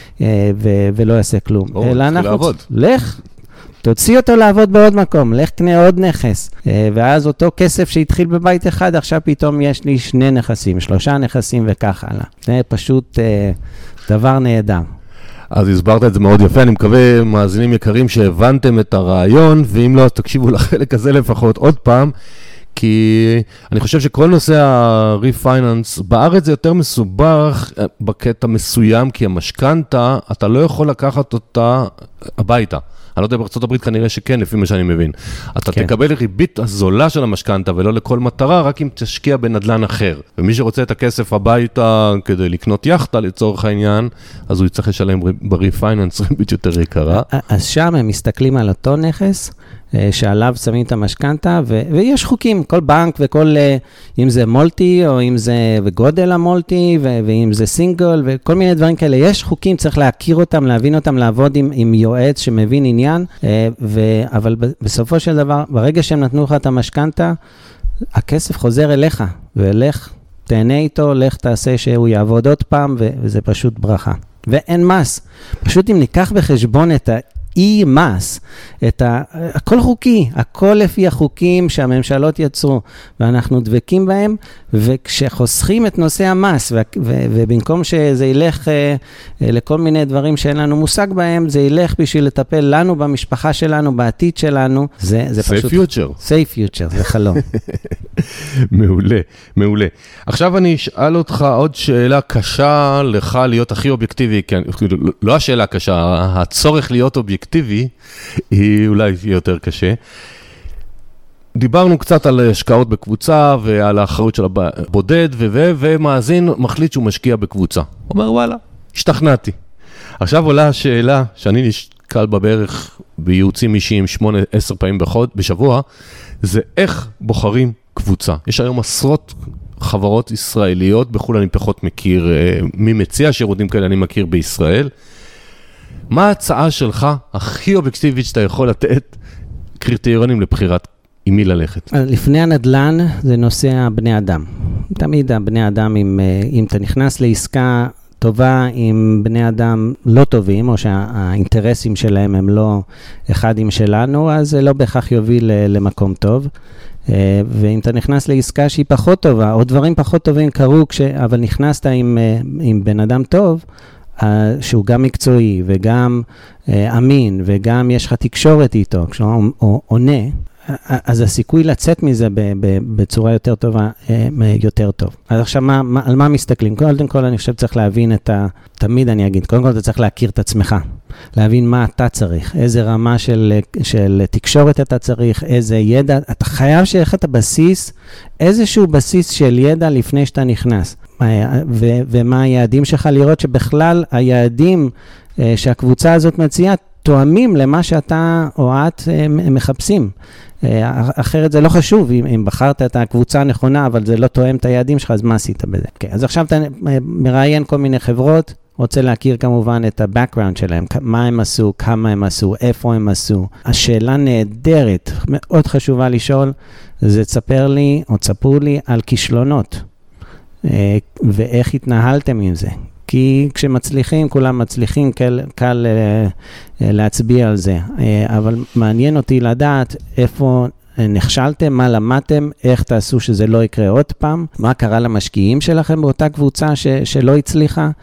ולא יעשה כלום. אלא אנחנו, לך, תוציא אותו לעבוד בעוד מקום, לך קנה עוד נכס, ואז אותו כסף שהתחיל בבית אחד, עכשיו פתאום יש לי 2 נכסים, 3 נכסים וכך הלאה. זה פשוט דבר נהדר. אז הסברת את זה מאוד יפה, אני מקווה, מאזינים יקרים, שהבנתם את הרעיון, ואם לא, אז תקשיבו לחלק הזה לפחות עוד פעם, כי אני חושב שכל נושא ה-refinance, בארץ זה יותר מסובך בקטע מסוים, כי המשכנתה, אתה לא יכול לקחת אותה הביתה. אני לא יודע, בארצות הברית כנראה שכן, לפי מה שאני מבין. אתה תקבל ריבית הזולה של המשכנתה, ולא לכל מטרה, רק אם תשקיע בנדלן אחר. ומי שרוצה את הכסף הביתה כדי לקנות יחטה לצורך העניין, אז הוא יצטרך לשלם ב-refinance ריבית יותר יקרה. אז שם הם מסתכלים על אותו נכס, שעליו שמים את המשכנתה, ויש חוקים, כל בנק וכל, אם זה מולטי, או אם זה גודל המולטי, ואם זה סינגל, וכל מיני דברים כאלה. יש חוקים, צריך להכיר אותם, להבין אותם, לעבוד עם יועץ שמבין עניין, אבל בסופו של דבר, ברגע שהם נתנו לך את המשכנתה, הכסף חוזר אליך, ולך, תהנה איתו, לך תעשה שהוא יעבוד עוד פעם, וזה פשוט ברכה. ואין מס. פשוט אם ניקח בחשבון את מס, הכל חוקי, הכל לפי החוקים שהממשלות יצרו, ואנחנו דבקים בהם, וכשחוסכים את נושא המס, ובמקום שזה ילך לכל מיני דברים שאין לנו מושג בהם, זה ילך בשביל לטפל לנו, במשפחה שלנו, בעתיד שלנו, זה פשוט... Safe future. Safe future, זה חלום. מעולה, מעולה. עכשיו אני אשאל אותך עוד שאלה קשה לך להיות הכי אובייקטיבי, לא השאלה קשה, הצורך להיות אובייקטיבי, היא אולי יותר קשה. דיברנו קצת על השקעות בקבוצה ועל האחריות של הבודד, ומאזין מחליט שהוא משקיע בקבוצה. הוא אומר, וואלה, השתכנעתי. עכשיו עולה השאלה שאני נשקל בה בערך בייעוצים אישיים 8-10 פעמים בשבוע, זה איך בוחרים קבוצה. יש היום עשרות חברות ישראליות, בחול אני פחות מכיר, מי מציע שירותים כאלה אני מכיר בישראל. מה ההצעה שלך הכי אובייקטיבית שאתה יכול לתת קריטריונים לבחירת עם מי ללכת? לפני הנדלן זה נושא הבני אדם. תמיד הבני אדם, אם אתה נכנס לעסקה טובה עם בני אדם לא טובים, או שהאינטרסים שלהם הם לא אחד עם שלנו, אז זה לא בהכרח יוביל למקום טוב. ואם אתה נכנס לעסקה שהיא פחות טובה, או דברים פחות טובים קרו, אבל נכנסת עם בן אדם טוב, שהוא גם מקצועי וגם אמין, וגם יש לך תקשורת איתו, כשהוא עונה, אז הסיכוי לצאת מזה בצורה יותר טובה, יותר טוב. אז עכשיו, על מה מסתכלים? קודם כל, אני חושב צריך להבין תמיד אני אגיד, קודם כל אתה צריך להכיר את עצמך, להבין מה אתה צריך, איזה רמה של תקשורת אתה צריך, איזה ידע, אתה חייב שיהיה לך את הבסיס, איזשהו בסיס של ידע לפני שאתה נכנס. ומה היעדים שלך, לראות שבכלל היעדים שהקבוצה הזאת מציעה, תואמים למה שאתה או את מחפשים. אחרת זה לא חשוב, אם בחרת את הקבוצה הנכונה, אבל זה לא תואם את היעדים שלך, אז מה עשית בזה? אז עכשיו אתה מראיין כל מיני חברות, רוצה להכיר כמובן את ה-background שלהם, מה הם עשו, כמה הם עשו, איפה הם עשו. השאלה נהדרת, מאוד חשובה לשאול, זה תספר לי או תספרו לי על כישלונות, ואיך התנהלתם עם זה. כי כשמצליחים, כולם מצליחים, קל להצביע על זה. אבל מעניין אותי לדעת איפה נכשלתם, מה למדתם, איך תעשו שזה לא יקרה עוד פעם, מה קרה למשקיעים שלכם באותה קבוצה שלא הצליחה,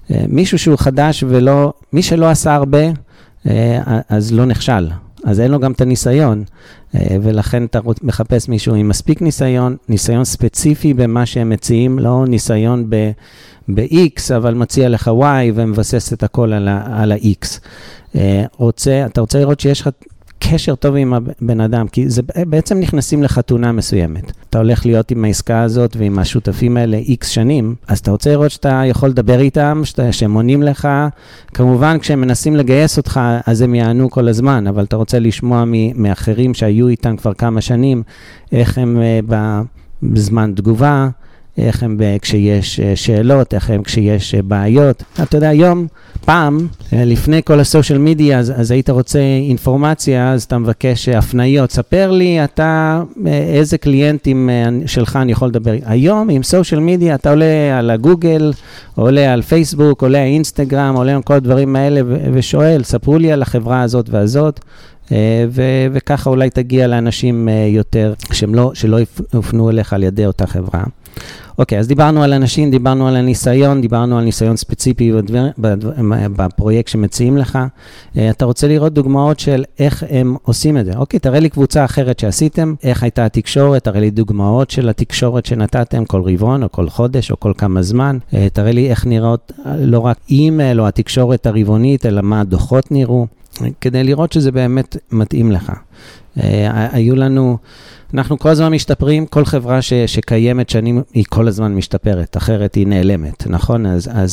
מישהו שהוא חדש ולא, מי שלא עשה הרבה, אז לא נכשל. אז אין לו גם את הניסיון, ולכן אתה מחפש מישהו עם מספיק ניסיון ספציפי במה שהם מציעים, לא ניסיון ב-X, אבל מציע לך Y ומבסס את הכל על ה-X. אתה רוצה לראות שיש לך קשר טוב עם הבן אדם, כי זה בעצם נכנסים לחתונה מסוימת. אתה הולך להיות עם העסקה הזאת ועם השותפים האלה X שנים, אז אתה רוצה לראות שאתה יכול לדבר איתם, שהם עונים לך. כמובן, כשהם מנסים לגייס אותך, אז הם יענו כל הזמן, אבל אתה רוצה לשמוע מאחרים שהיו איתם כבר כמה שנים, איך הם בזמן תגובה, איך הם כשיש שאלות, איך הם כשיש בעיות. אתה יודע, היום, פעם, לפני כל הסושיאל מדיה, אז היית רוצה אינפורמציה, אז אתה מבקש הפניות. ספר לי, אתה, איזה קליינטים שלך אני יכול לדבר. היום, עם סושיאל מדיה, אתה עולה על הגוגל, עולה על פייסבוק, עולה על אינסטגרם, עולה על כל הדברים האלה, ושואל, ספרו לי על החברה הזאת והזאת, וככה אולי תגיע לאנשים יותר, שלא יפנו אליך על ידי אותה חברה. אוקיי, אז דיברנו על אנשים, דיברנו על הניסיון, דיברנו על ניסיון ספציפי בפרויקט שמציעים לך. אתה רוצה לראות דוגמאות של איך הם עושים את זה. אוקיי, תראה לי קבוצה אחרת שעשיתם, איך הייתה התקשורת, תראה לי דוגמאות של התקשורת שנתתם כל רבעון או כל חודש או כל כמה זמן. תראה לי איך נראות לא רק אימייל או התקשורת הרבעונית, אלא מה הדוחות נראו, כדי לראות שזה באמת מתאים לך. היו לנו, אנחנו כל הזמן משתפרים, כל חברה שקיימת שנים היא כל הזמן משתפרת, אחרת היא נעלמת, נכון?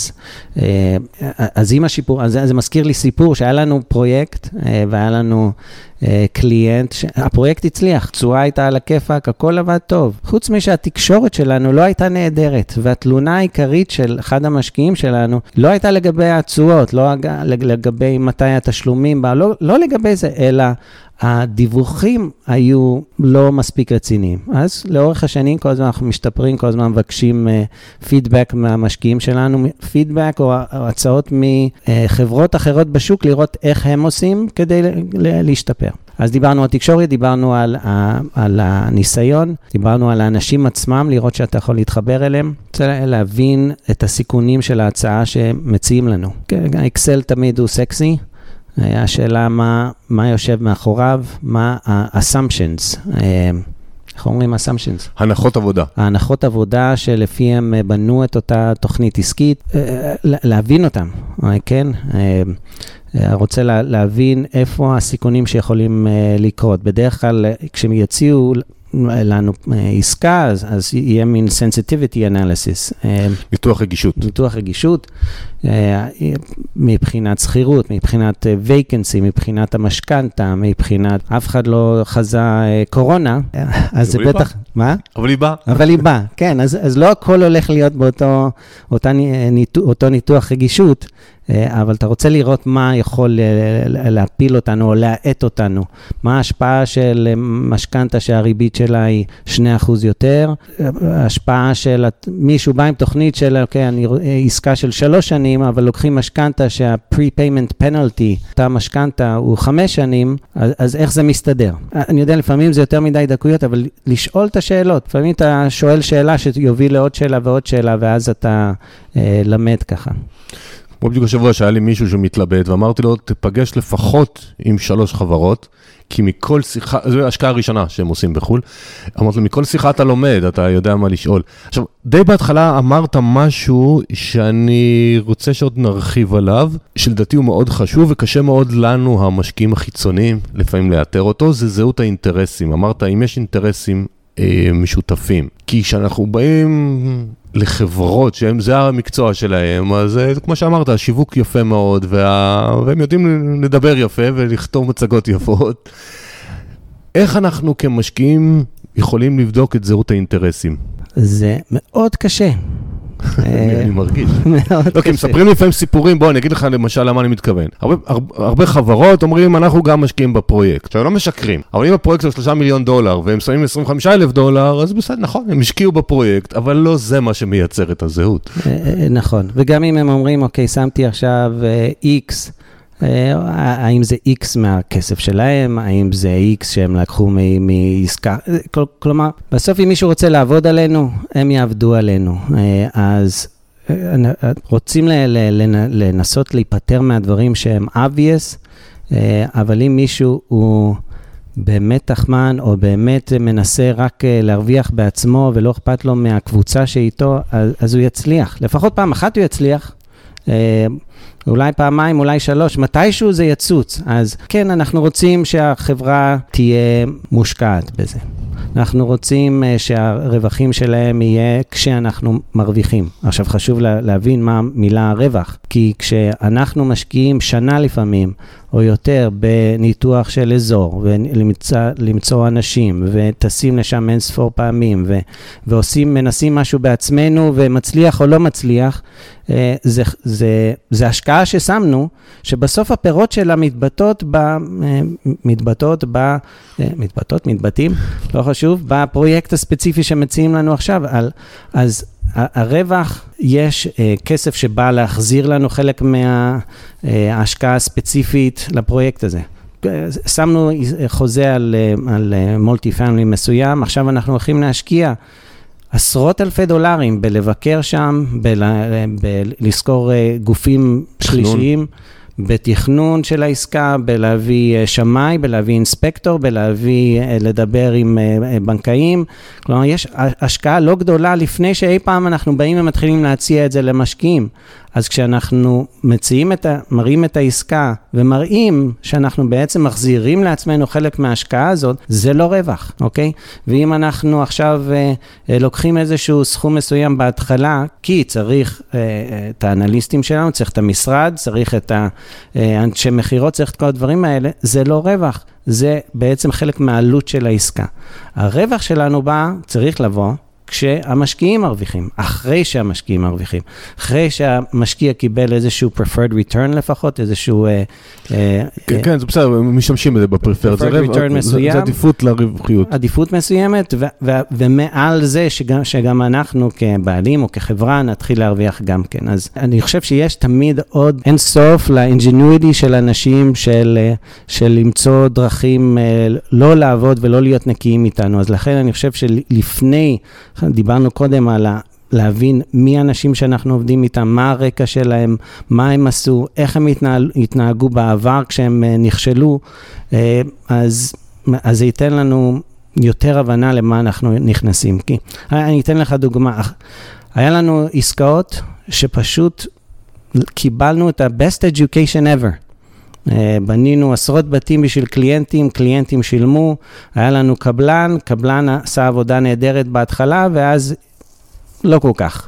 אז עם השיפור, אז זה מזכיר לי סיפור שהיה לנו פרויקט והיה לנו קליינט, הפרויקט הצליח, צורה הייתה על הכיפק, הכל עבד טוב. חוץ משהתקשורת שלנו לא הייתה נהדרת, והתלונה העיקרית של אחד המשקיעים שלנו לא הייתה לגבי הצורות, לא לגבי מתי התשלומים, לא לגבי זה, אלא הדיווחים היו לא מספיק רציניים. אז לאורך השנים כל הזמן אנחנו משתפרים, כל הזמן מבקשים פידבק מהמשקיעים שלנו, פידבק או הצעות מחברות אחרות בשוק, לראות איך הם עושים כדי להשתפר. אז דיברנו על תקשורת, דיברנו על הניסיון, דיברנו על האנשים עצמם, לראות שאתה יכול להתחבר אליהם, רוצה להבין את הסיכונים של ההצעה שמציעים לנו. האקסל תמיד הוא סקסי, השאלה מה יושב מאחוריו, מה ה-assumptions, איך אומרים assumptions? הנחות עבודה. ההנחות עבודה שלפיהם בנו את אותה תוכנית עסקית, להבין אותם, כן? רוצה להבין איפה הסיכונים שיכולים לקרות. בדרך כלל כשהם יציעו לנו עסקה, אז יהיה מין sensitivity analysis. ניתוח רגישות. ניתוח רגישות, מבחינת שכירות, מבחינת vacancy, מבחינת המשכנתה, מבחינת אף אחד לא חזה קורונה, אז זה בטח... מה? אבל היא באה. אבל היא באה, כן. אז לא הכל הולך להיות באותו ניתוח רגישות, אבל אתה רוצה לראות מה יכול להפיל אותנו או להעט אותנו. מה ההשפעה של משכנתה שהריבית שלה היא 2% יותר, ההשפעה של מישהו בא עם תוכנית של, אוקיי, עסקה של 3 שנים, אבל לוקחים משכנתה שה-prepayment penalty, אותה משכנתה הוא 5 שנים, אז איך זה מסתדר? אני יודע, לפעמים זה יותר מדי דקויות, אבל לשאול את השאלות. לפעמים אתה שואל שאלה שיוביל לעוד שאלה ועוד שאלה, ואז אתה למד ככה. כמו בדיוק השבוע שהיה לי מישהו שמתלבט, ואמרתי לו, תפגש לפחות עם 3 חברות, כי מכל שיחה, זו ההשקעה הראשונה שהם עושים בחול, אמרתי לו, מכל שיחה אתה לומד, אתה יודע מה לשאול. עכשיו, די בהתחלה אמרת משהו שאני רוצה שעוד נרחיב עליו, שלדעתי הוא מאוד חשוב, וקשה מאוד לנו, המשקיעים החיצוניים, לפעמים לאתר אותו, זה זהות האינטרסים. אמרת, אם יש אינטרסים משותפים, כי כשאנחנו באים לחברות שזה המקצוע שלהם, אז כמו שאמרת, השיווק יפה מאוד, והם יודעים לדבר יפה ולכתוב מצגות יפות. איך אנחנו כמשקיעים יכולים לבדוק את זהות האינטרסים? זה מאוד קשה. אני מרגיש. לא, כי מספרים לי לפעמים סיפורים, בוא, אני אגיד לך למשל למה אני מתכוון. הרבה חברות אומרים, אנחנו גם משקיעים בפרויקט. עכשיו, לא משקרים. אבל אם הפרויקט הוא $3 מיליון, והם שמים $25,000, אז בסדר, נכון, הם השקיעו בפרויקט, אבל לא זה מה שמייצר את הזהות. נכון. וגם אם הם אומרים, אוקיי, שמתי עכשיו X, האם זה X מהכסף שלהם, האם זה X שהם לקחו מעסקה, כלומר, בסוף אם מישהו רוצה לעבוד עלינו, הם יעבדו עלינו, אז רוצים לנסות להיפטר מהדברים שהם obvious, אבל אם מישהו הוא באמת תחמן, או באמת מנסה רק להרוויח בעצמו, ולא אכפת לו מהקבוצה שאיתו, אז הוא יצליח. לפחות פעם אחת הוא יצליח, אולי פעמיים, אולי 3, מתישהו זה יצוץ. אז כן, אנחנו רוצים שהחברה תהיה מושקעת בזה. אנחנו רוצים שהרווחים שלהם יהיה כשאנחנו מרוויחים. עכשיו חשוב להבין מה מילה רווח, כי כשאנחנו משקיעים שנה לפעמים, או יותר בניתוח של אזור, ולמצוא אנשים, וטסים לשם אין ספור פעמים, מנסים משהו בעצמנו, ומצליח או לא מצליח, זה השקעה ששמנו, שבסוף הפירות שלה מתבטאים, לא חשוב, בפרויקט הספציפי שמציעים לנו עכשיו. אז הרווח, יש כסף שבא להחזיר לנו חלק מההשקעה הספציפית לפרויקט הזה. שמנו חוזה על מולטי פמילי מסוים, עכשיו אנחנו הולכים להשקיע עשרות אלפי דולרים בלבקר שם, בלזכור גופים שלישיים, בתכנון של העסקה, בלהביא שמאי, בלהביא אינספקטור, לדבר עם בנקאים. כלומר, יש השקעה לא גדולה לפני שאי פעם אנחנו באים ומתחילים להציע את זה למשקיעים. אז כשאנחנו מראים את העסקה ומראים שאנחנו בעצם מחזירים לעצמנו חלק מההשקעה הזאת, זה לא רווח, אוקיי? ואם אנחנו עכשיו לוקחים איזשהו סכום מסוים בהתחלה, כי צריך את האנליסטים שלנו, צריך את המשרד, צריך את האנשי מחירות, צריך את כל הדברים האלה, זה לא רווח. זה בעצם חלק מהעלות של העסקה. הרווח שלנו צריך לבוא, כשהמשקיעים מרוויחים, אחרי שהמשקיעים מרוויחים, אחרי שהמשקיע קיבל איזשהו preferred return לפחות, איזשהו... כן, זה בסדר, משתמשים בזה ב-preferred, זה עדיפות לרווחיות. עדיפות מסוימת, ומעל זה שגם אנחנו כבעלים או כחברה נתחיל להרוויח גם כן. אז אני חושב שיש תמיד עוד אין סוף לאינג'ינואיטי של אנשים של למצוא דרכים לא לעבוד ולא להיות נקיים איתנו. אז לכן אני חושב שלפני... דיברנו קודם על להבין מי האנשים שאנחנו עובדים איתם, מה הרקע שלהם, מה הם עשו, איך הם התנהגו בעבר כשהם נכשלו, אז זה ייתן לנו יותר הבנה למה אנחנו נכנסים. כי אני אתן לך דוגמה, היה לנו עסקאות שפשוט קיבלנו את ה-best education ever. בנינו עשרות בתים בשביל קליינטים שילמו, היה לנו קבלן עשה עבודה נהדרת בהתחלה, ואז לא כל כך.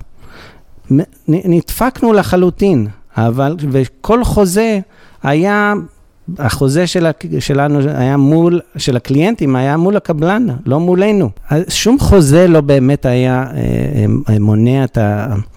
נדפקנו לחלוטין, וכל חוזה היה, החוזה שלנו היה של הקליינטים היה מול הקבלן, לא מולנו. שום חוזה לא באמת היה מונע את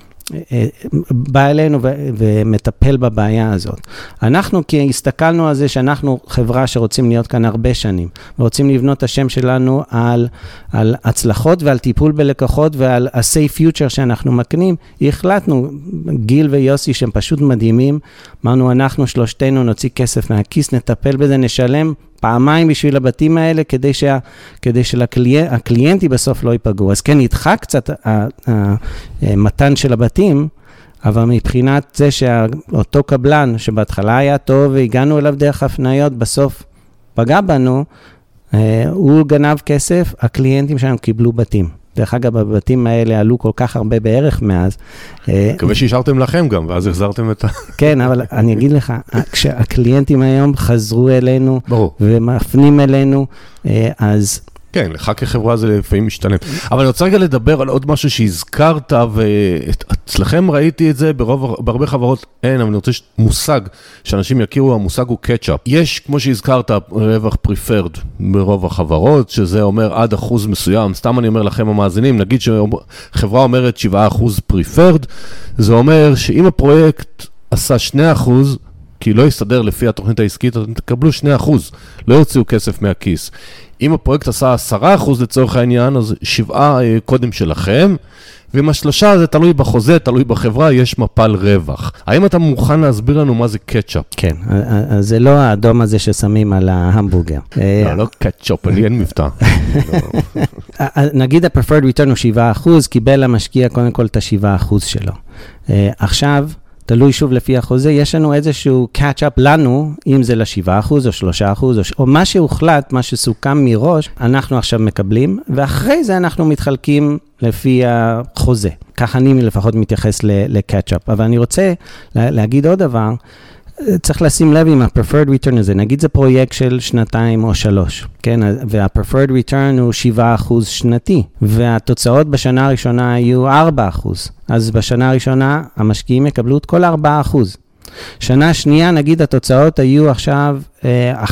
בא אלינו ומטפל בבעיה הזאת. אנחנו כי הסתכלנו על זה שאנחנו חברה שרוצים להיות כאן הרבה שנים, ורוצים לבנות את השם שלנו על הצלחות ועל טיפול בלקוחות ועל ה-safe future שאנחנו מקנים, החלטנו, גיל ויוסי שהם פשוט מדהימים, אמרנו אנחנו שלושתנו נוציא כסף מהכיס, נטפל בזה, נשלם פעמיים בשביל הבתים האלה, כדי שהקליינטי בסוף לא ייפגעו. אז כן, נדחה קצת המתן של הבתים, אבל מבחינת זה שאותו קבלן, שבהתחלה היה טוב, והגענו אליו דרך הפניות, בסוף פגע בנו, הוא גנב כסף, הקליינטים שלנו קיבלו בתים. דרך אגב, הבתים האלה עלו כל כך הרבה בערך מאז. מקווה שהשארתם לכם גם, ואז החזרתם את ה... כן, אבל אני אגיד לך, כשהקליינטים היום חזרו אלינו, ומפנים אלינו, אז... כן, לך כחברה זה לפעמים משתלם. אבל אני רוצה רגע לדבר על עוד משהו שהזכרת, ואצלכם ראיתי את זה, בהרבה חברות אין, אבל אני רוצה מושג, שאנשים יכירו, המושג הוא קטשאפ. יש, כמו שהזכרת, רווח פריפרד ברוב החברות, שזה אומר עד אחוז מסוים. סתם אני אומר לכם המאזינים, נגיד שחברה אומרת 7% פריפרד, זה אומר שאם הפרויקט עשה 2%, כי לא יסתדר לפי התוכנית העסקית, אתם תקבלו 2%, לא יוציאו כסף מהכיס. אם הפרויקט עשה 10% לצורך העניין, אז 7 קודם שלכם, ועם 3 זה תלוי בחוזה, תלוי בחברה, יש מפל רווח. האם אתה מוכן להסביר לנו מה זה קטשאפ? כן, זה לא האדום הזה ששמים על ההמבורגר. לא קטשאפ, לי אין מבטא. נגיד ה-preferred return הוא 7%, קיבל המשקיע קודם כל את ה7% שלו. עכשיו, תלוי שוב לפי החוזה, יש לנו איזשהו catch-up לנו, אם זה ל7% או 3%, או מה שהוחלט, מה שסוכם מראש, אנחנו עכשיו מקבלים, ואחרי זה אנחנו מתחלקים לפי החוזה. ככה אני לפחות מתייחס ל-catch-up. אבל אני רוצה להגיד עוד דבר, צריך לשים לב עם ה-preferred return הזה, נגיד זה פרויקט של 2 או 3, כן? וה-preferred return הוא 7% שנתי, והתוצאות בשנה הראשונה היו 4%. אז בשנה הראשונה המשקיעים יקבלו את כל 4%. שנה שנייה, נגיד התוצאות היו עכשיו 11%.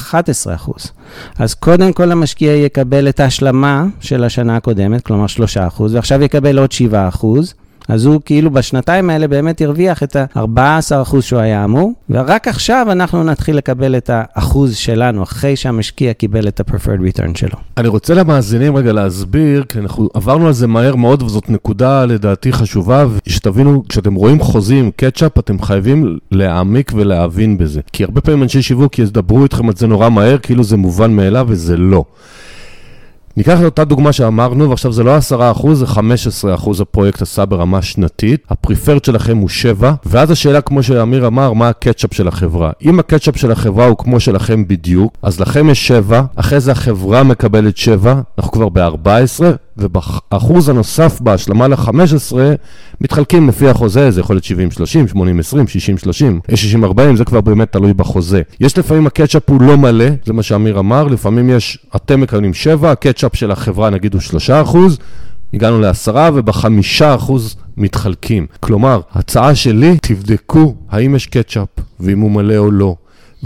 אז קודם כל המשקיע יקבל את ההשלמה של השנה הקודמת, כלומר 3%, ועכשיו יקבל עוד 7%. אז הוא כאילו בשנתיים האלה באמת הרוויח את ה-14% שהוא היה אמור, ורק עכשיו אנחנו נתחיל לקבל את האחוז שלנו, אחרי שהמשקיע קיבל את ה-preferred return שלו. אני רוצה למאזינים רגע להסביר, כי אנחנו עברנו על זה מהר מאוד, וזאת נקודה לדעתי חשובה, ושתבינו, כשאתם רואים חוזים, קטשאפ, אתם חייבים להעמיק ולהבין בזה. כי הרבה פעמים אנשי שיווק ידברו איתכם על זה נורא מהר, כאילו זה מובן מאליו, וזה לא. ניקח את אותה דוגמה שאמרנו, ועכשיו זה לא 10%, זה 15% הפרויקט עשה ברמה שנתית, הפריפרד שלכם הוא 7, ואז השאלה כמו שאמיר אמר, מה הקטשאפ של החברה? אם הקטשאפ של החברה הוא כמו שלכם בדיוק, אז לכם יש 7, אחרי זה החברה מקבלת 7, אנחנו כבר ב-14, ובאחוז הנוסף בהשלמה ל-15, מתחלקים לפי החוזה, זה יכול להיות 70-30, 80-20, 60-30, 60-40, זה כבר באמת תלוי בחוזה. יש לפעמים הקטשאפ הוא לא מלא, זה מה שאמיר אמר, לפעמים יש, אתם מקבלים 7, הקטשאפ של החברה נגיד הוא 3%, הגענו ל10 וב5% מתחלקים. כלומר, הצעה שלי, תבדקו האם יש קטשאפ, ואם הוא מלא או לא,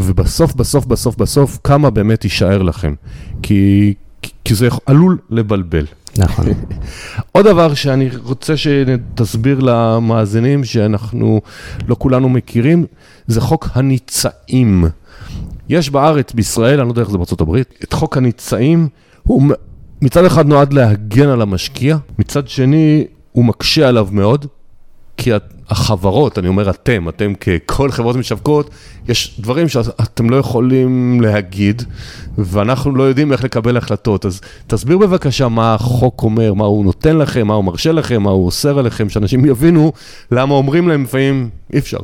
ובסוף, כמה באמת יישאר לכם. כי זה עלול לבלבל. נכון. עוד דבר שאני רוצה שתסביר למאזינים שאנחנו לא כולנו מכירים, זה חוק הניצאים. יש בארץ, בישראל, אני לא יודע איך זה בארצות הברית, את חוק הניצאים, הוא מצד אחד נועד להגן על המשקיע, מצד שני הוא מקשה עליו מאוד, כי החברות, אני אומר אתם ככל חברות משווקות, יש דברים שאתם לא יכולים להגיד, ואנחנו לא יודעים איך לקבל החלטות. אז תסביר בבקשה מה החוק אומר, מה הוא נותן לכם, מה הוא מרשה לכם, מה הוא אוסר עליכם, שאנשים יבינו למה אומרים להם לפעמים אי אפשר.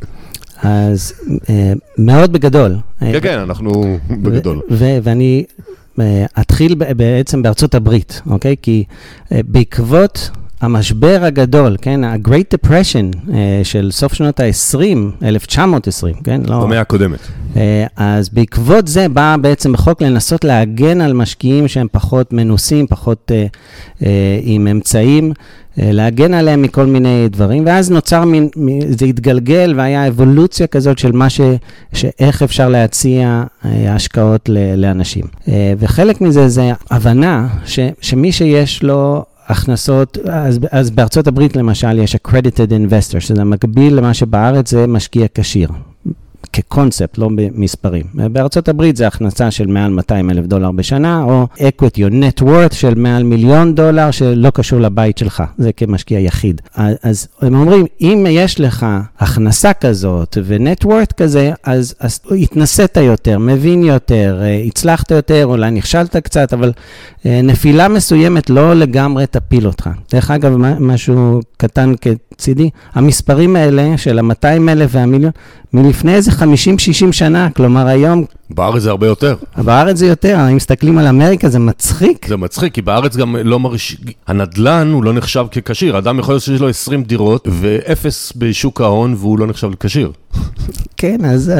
אז מאוד בגדול. כן, אנחנו בגדול. ואני אתחיל בעצם בארצות הברית, אוקיי? כי בעקבות המשבר הגדול, כן, ה-Great Depression של סוף שנות ה-20, 1920, כן? לא. במאה הקודמת. אז בעקבות זה בא בעצם בחוק לנסות להגן על משקיעים שהם פחות מנוסים, פחות עם אמצעים, להגן עליהם מכל מיני דברים, ואז נוצר זה התגלגל, והיה אבולוציה כזאת של מה שאיך אפשר להציע השקעות לאנשים. וחלק מזה זה הבנה שמי שיש לו הכנסות, אז בארצות הברית למשל יש accredited investor, שזה מקביל למה שבארץ זה משקיע כשיר. כקונספט, לא במספרים. בארצות הברית זה הכנסה של מעל $200,000 בשנה, או equity או net worth של מעל $1,000,000 שלא קשור לבית שלך. זה כמשקיע יחיד. אז הם אומרים, אם יש לך הכנסה כזאת ו-net worth כזה, אז התנסית יותר, מבין יותר, הצלחת יותר, אולי נכשלת קצת, אבל נפילה מסוימת לא לגמרי תפיל אותך. דרך אגב, משהו קטן כצידי, המספרים האלה של ה-200,000 וה-1,000,000, מלפני איזה 50-60 שנה, כלומר היום... בארץ זה הרבה יותר. בארץ זה יותר, אם מסתכלים על אמריקה זה מצחיק. זה מצחיק, כי בארץ גם לא הנדלן הוא לא נחשב כקשיר. אדם יכול להיות שיש לו 20 דירות ו0 בשוק ההון והוא לא נחשב לקשיר. כן,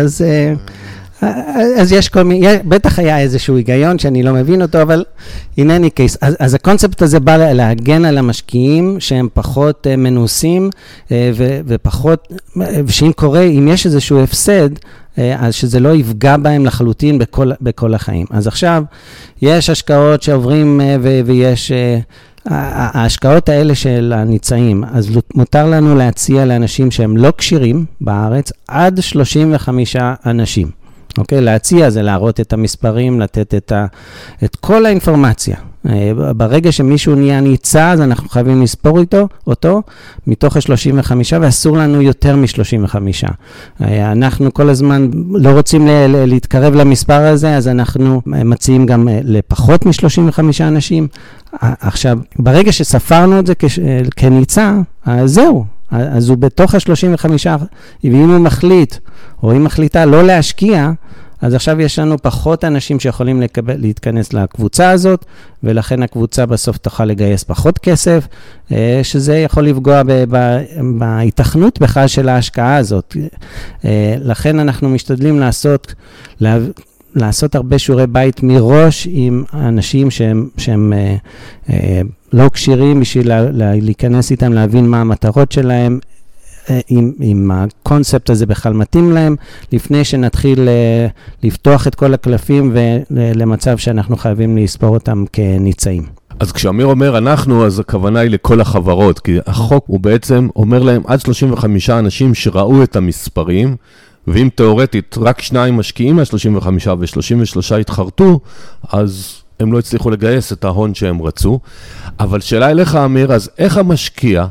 אז יש כל מיני, בטח היה איזשהו היגיון שאני לא מבין אותו, אבל in any case, אז הקונספט הזה בא להגן על המשקיעים שהם פחות מנוסים, ופחות, ושאם קורה, אם יש איזשהו הפסד, אז שזה לא יפגע בהם לחלוטין בכל החיים. אז עכשיו, יש השקעות שעוברים, ויש... ההשקעות האלה של הניצאים, אז מותר לנו להציע לאנשים שהם לא קשירים בארץ, עד 35 אנשים. אוקיי? להציע זה להראות את המספרים, לתת את כל האינפורמציה. ברגע שמישהו נהיה ניצה, אז אנחנו חייבים לספור אותו מתוך ה-35, ואסור לנו יותר מ-35. אנחנו כל הזמן לא רוצים להתקרב למספר הזה, אז אנחנו מציעים גם לפחות מ-35 אנשים. עכשיו, ברגע שספרנו את זה כניצה, אז זהו. אז הוא בתוך ה-35, ואם הוא מחליט, או אם מחליטה לא להשקיע, אז עכשיו יש לנו פחות אנשים שיכולים להתכנס לקבוצה הזאת, ולכן הקבוצה בסוף תוכל לגייס פחות כסף, שזה יכול לפגוע בהיתכנות בכלל של ההשקעה הזאת. לכן אנחנו משתדלים לעשות הרבה שיעורי בית מראש עם אנשים שהם לא קשירים בשביל להיכנס איתם, להבין מה המטרות שלהם, אם הקונספט הזה בכלל מתאים להם, לפני שנתחיל לפתוח את כל הקלפים ולמצב שאנחנו חייבים לספור אותם כניצאים. אז כשאמיר אומר אנחנו, אז הכוונה היא לכל החברות, כי החוק הוא בעצם אומר להם עד 35 אנשים שראו את המספרים, ואם תיאורטית רק 2 משקיעים מה-35 ו-33 התחרטו, אז הם לא הצליחו לגייס את ההון שהם רצו. אבל שאלה אליך, אמיר, אז איך המשקיע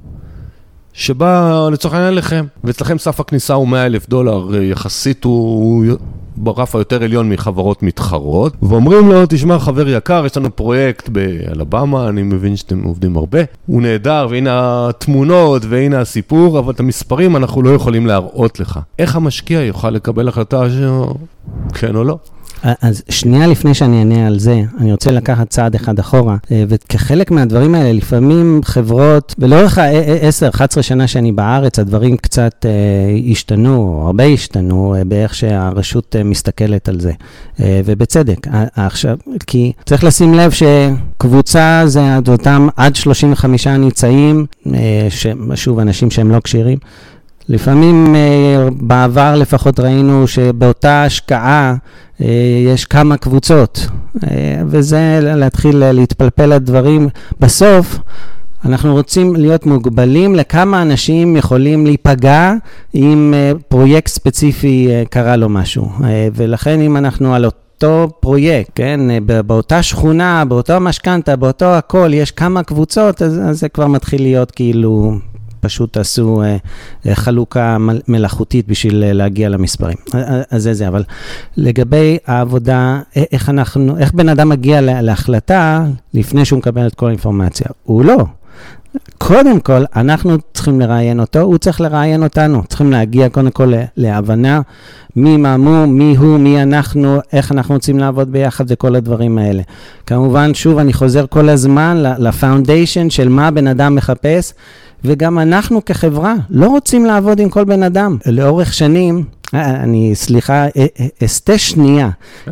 שבא לצורך העניין לכם, ואצלכם סף הכניסה הוא $100,000, יחסית הוא ברף היותר עליון מחברות מתחרות, ואומרים לו, תשמע חבר יקר, יש לנו פרויקט באלבמה, אני מבין שאתם עובדים הרבה, הוא נהדר, והנה התמונות, והנה הסיפור, אבל את המספרים אנחנו לא יכולים להראות לך. איך המשקיע יוכל לקבל החלטה כן או לא? אז שנייה לפני שאני אענה על זה, אני רוצה לקחת צעד אחד אחורה, וכחלק מהדברים האלה, לפעמים חברות, ולאורך 10-11 שנה שאני בארץ, הדברים קצת השתנו, הרבה השתנו, באיך שהרשות מסתכלת על זה, ובצדק. עכשיו, כי צריך לשים לב שקבוצה זה אותם עד 35 ניצאים, שוב, אנשים שהם לא קשירים, לפעמים בעבר לפחות ראינו שבאותה השקעה יש כמה קבוצות, וזה להתחיל להתפלפל על דברים. בסוף אנחנו רוצים להיות מוגבלים לכמה אנשים יכולים להיפגע אם פרויקט ספציפי קרה לו משהו. ולכן אם אנחנו על אותו פרויקט, כן, באותה שכונה, באותו משכנתה, באותו הכל, יש כמה קבוצות, אז זה כבר מתחיל להיות כאילו פשוט עשו חלוקה מלאכותית בשביל להגיע למספרים. אז זה, אבל לגבי העבודה, איך בן אדם מגיע להחלטה לפני שהוא מקבל את כל האינפורמציה? הוא לא. קודם כל, אנחנו צריכים לראיין אותו, הוא צריך לראיין אותנו. צריכים להגיע קודם כל להבנה מי מאמו, מי הוא, מי אנחנו, איך אנחנו רוצים לעבוד ביחד וכל הדברים האלה. כמובן, שוב, אני חוזר כל הזמן לפאונדיישן של מה בן אדם מחפש, וגם אנחנו כחברה לא רוצים לעבוד עם כל בן אדם. לאורך שנים, סליחה, אסתה שנייה.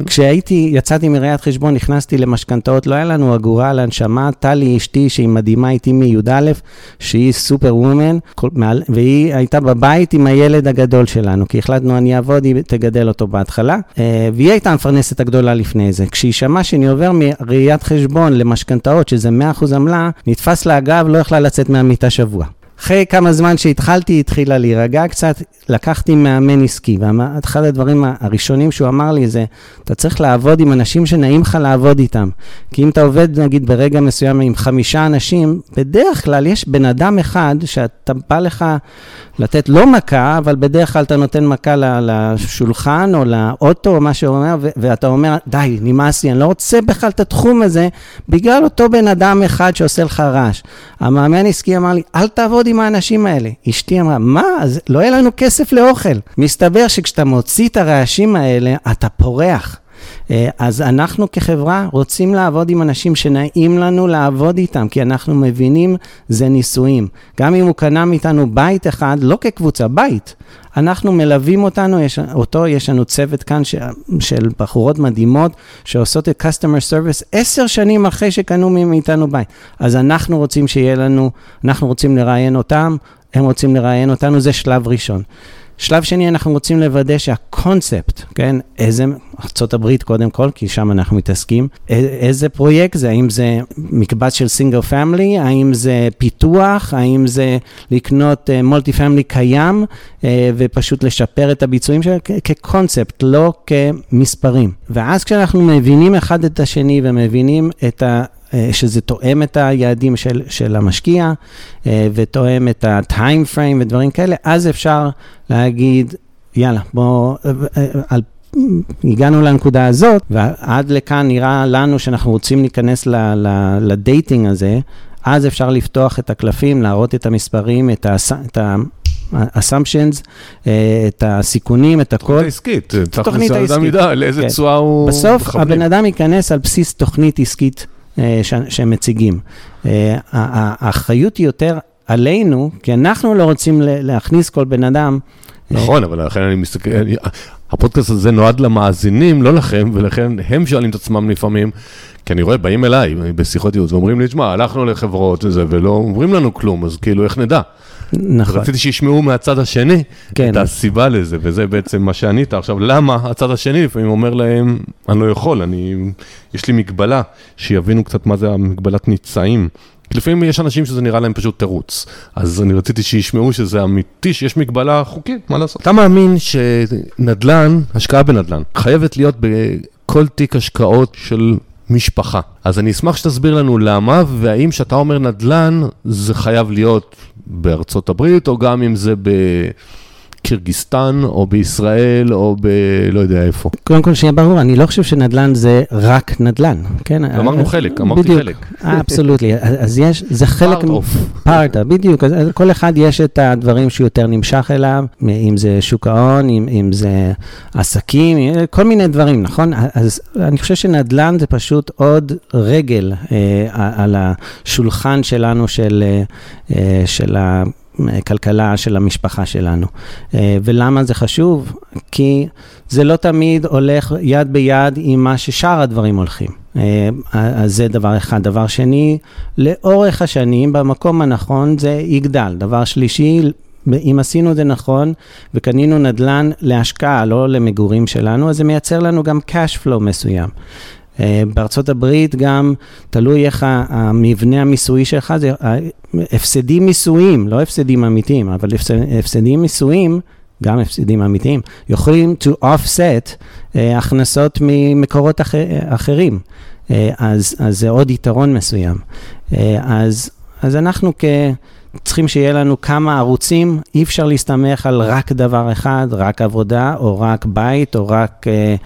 יצאתי מראיית חשבון, נכנסתי למשכנתאות, לא היה לנו אגורה להנשמה, טלי אשתי שהיא מדהימה איתי מי"א, שהיא סופר וומן, והיא הייתה בבית עם הילד הגדול שלנו, כי החלטנו אני אעבוד, היא תגדל אותו בהתחלה, והיא הייתה המפרנסת הגדולה לפני זה. כשהיא שמעה שאני עובר מראיית חשבון למשכנתאות, שזה 100% עמלה, נתפס לה אגב, לא יכלה לצאת מהמיטה שבוע. אחרי כמה זמן שהתחלתי, התחילה להירגע קצת, לקחתי מאמן עסקי, ואחד הדברים הראשונים שהוא אמר לי זה, אתה צריך לעבוד עם אנשים שנעים לך לעבוד איתם, כי אם אתה עובד נגיד ברגע מסוים עם 5 אנשים, בדרך כלל יש בן אדם אחד שאתה בא לך לתת לא מכה, אבל בדרך כלל אתה נותן מכה לשולחן או לאוטו או מה שהוא אומר, ואתה אומר, די, נמאס לי, אני לא רוצה בכלל את התחום הזה, בגלל אותו בן אדם אחד שעושה לך רעש. המאמן עסקי אמר לי, אל תעבוד עם האנשים האלה. אשתי אמרה, מה? אז לא יהיה לנו כסף לאוכל. מסתבר שכשאתה מוציא את הרעשים האלה, אתה פורח. אז אנחנו כחברה רוצים לעבוד עם אנשים שנעים לנו לעבוד איתם, כי אנחנו מבינים זה ניסויים. גם אם הוא קנה מאיתנו בית אחד, לא כקבוצה, בית. אנחנו מלווים אותו, יש לנו צוות כאן של בחורות מדהימות, שעושות את customer service 10 שנים אחרי שקנו מאיתנו בית. אז אנחנו רוצים שיהיה לנו, אנחנו רוצים לראיין אותם, הם רוצים לראיין אותנו, זה שלב ראשון. שלב שני, אנחנו רוצים לוודא שהקונספט, כן, ארצות הברית קודם כל, כי שם אנחנו מתעסקים, איזה פרויקט זה, האם זה מקבץ של סינגל פמילי, האם זה פיתוח, האם זה לקנות מולטי פמילי קיים, ופשוט לשפר את הביצועים שלו כקונספט, לא כמספרים. ואז כשאנחנו מבינים אחד את השני, ומבינים שזה תואם את היעדים של המשקיע, ותואם את הטיים פריים ודברים כאלה, אז אפשר להגיד, יאללה, הגענו לנקודה הזאת, ועד לכאן נראה לנו שאנחנו רוצים להיכנס לדייטינג הזה, אז אפשר לפתוח את הקלפים, להראות את המספרים, את ה-assumptions, את הסיכונים, את הכל. תוכנית עסקית. תוכנית העסקית. לאיזה צועה הוא... בסוף הבן אדם ייכנס על בסיס תוכנית עסקית שהם מציגים. האחריות היא יותר עלינו, כי אנחנו לא רוצים להכניס כל בן אדם. נכון, אבל לכן אני מסתכל, הפודקאסט הזה נועד למאזינים, לא לכם, ולכן הם שואלים את עצמם לפעמים, כי אני רואה, באים אליי בשיחות ייעוץ, ואומרים לי, תשמע, הלכנו לחברות וזה, ולא אומרים לנו כלום, אז כאילו, איך נדע? נכון. רציתי שישמעו מהצד השני את הסיבה לזה, וזה בעצם מה שענית. עכשיו, למה הצד השני לפעמים אומר להם, אני לא יכול, יש לי מגבלה, שיבינו קצת מה זה המגבלת ניצאים. כי לפעמים יש אנשים שזה נראה להם פשוט תירוץ. אז אני רציתי שישמעו שזה אמיתי, שיש מגבלה חוקית, מה לעשות? אתה מאמין שנדל"ן, השקעה בנדל"ן, חייבת להיות בכל תיק השקעות של משפחה. אז אני אשמח שתסביר לנו למה, והאם שאתה אומר נדל"ן, זה חייב להיות בארצות הברית, או גם אם זה בקירגיסטן, או בישראל, או לא יודע איפה. קודם כל שיהיה ברור, אני לא חושב שנדל"ן זה רק נדל"ן. כן? אמרנו חלק, אמרתי חלק. אבסולוטלי. אז יש, זה חלק... פארטה, בדיוק. אז כל אחד יש את הדברים שיותר נמשך אליו, אם זה שוק ההון, אם זה עסקים, כל מיני דברים, נכון? אז אני חושב שנדל"ן זה פשוט עוד רגל על השולחן שלנו של הכלכלה של המשפחה שלנו. ולמה זה חשוב? כי זה לא תמיד הולך יד ביד עם מה ששאר הדברים הולכים. אז זה דבר אחד. דבר שני, לאורך השנים, במקום הנכון, זה יגדל. דבר שלישי, אם עשינו את זה נכון, וקנינו נדל"ן להשקעה, לא למגורים שלנו, אז זה מייצר לנו גם cash flow מסוים. בארצות הברית גם תלוי איך המבנה המיסוי שלך, זה הפסדים מיסויים, לא הפסדים אמיתיים, אבל הפסדים מיסויים, גם הפסדים אמיתיים, יכולים to offset הכנסות ממקורות אחרים. אז זה עוד יתרון מסוים. אז אנחנו צריכים שיהיה לנו כמה ערוצים, אי אפשר להסתמך על רק דבר אחד, רק עבודה, או רק בית, או רק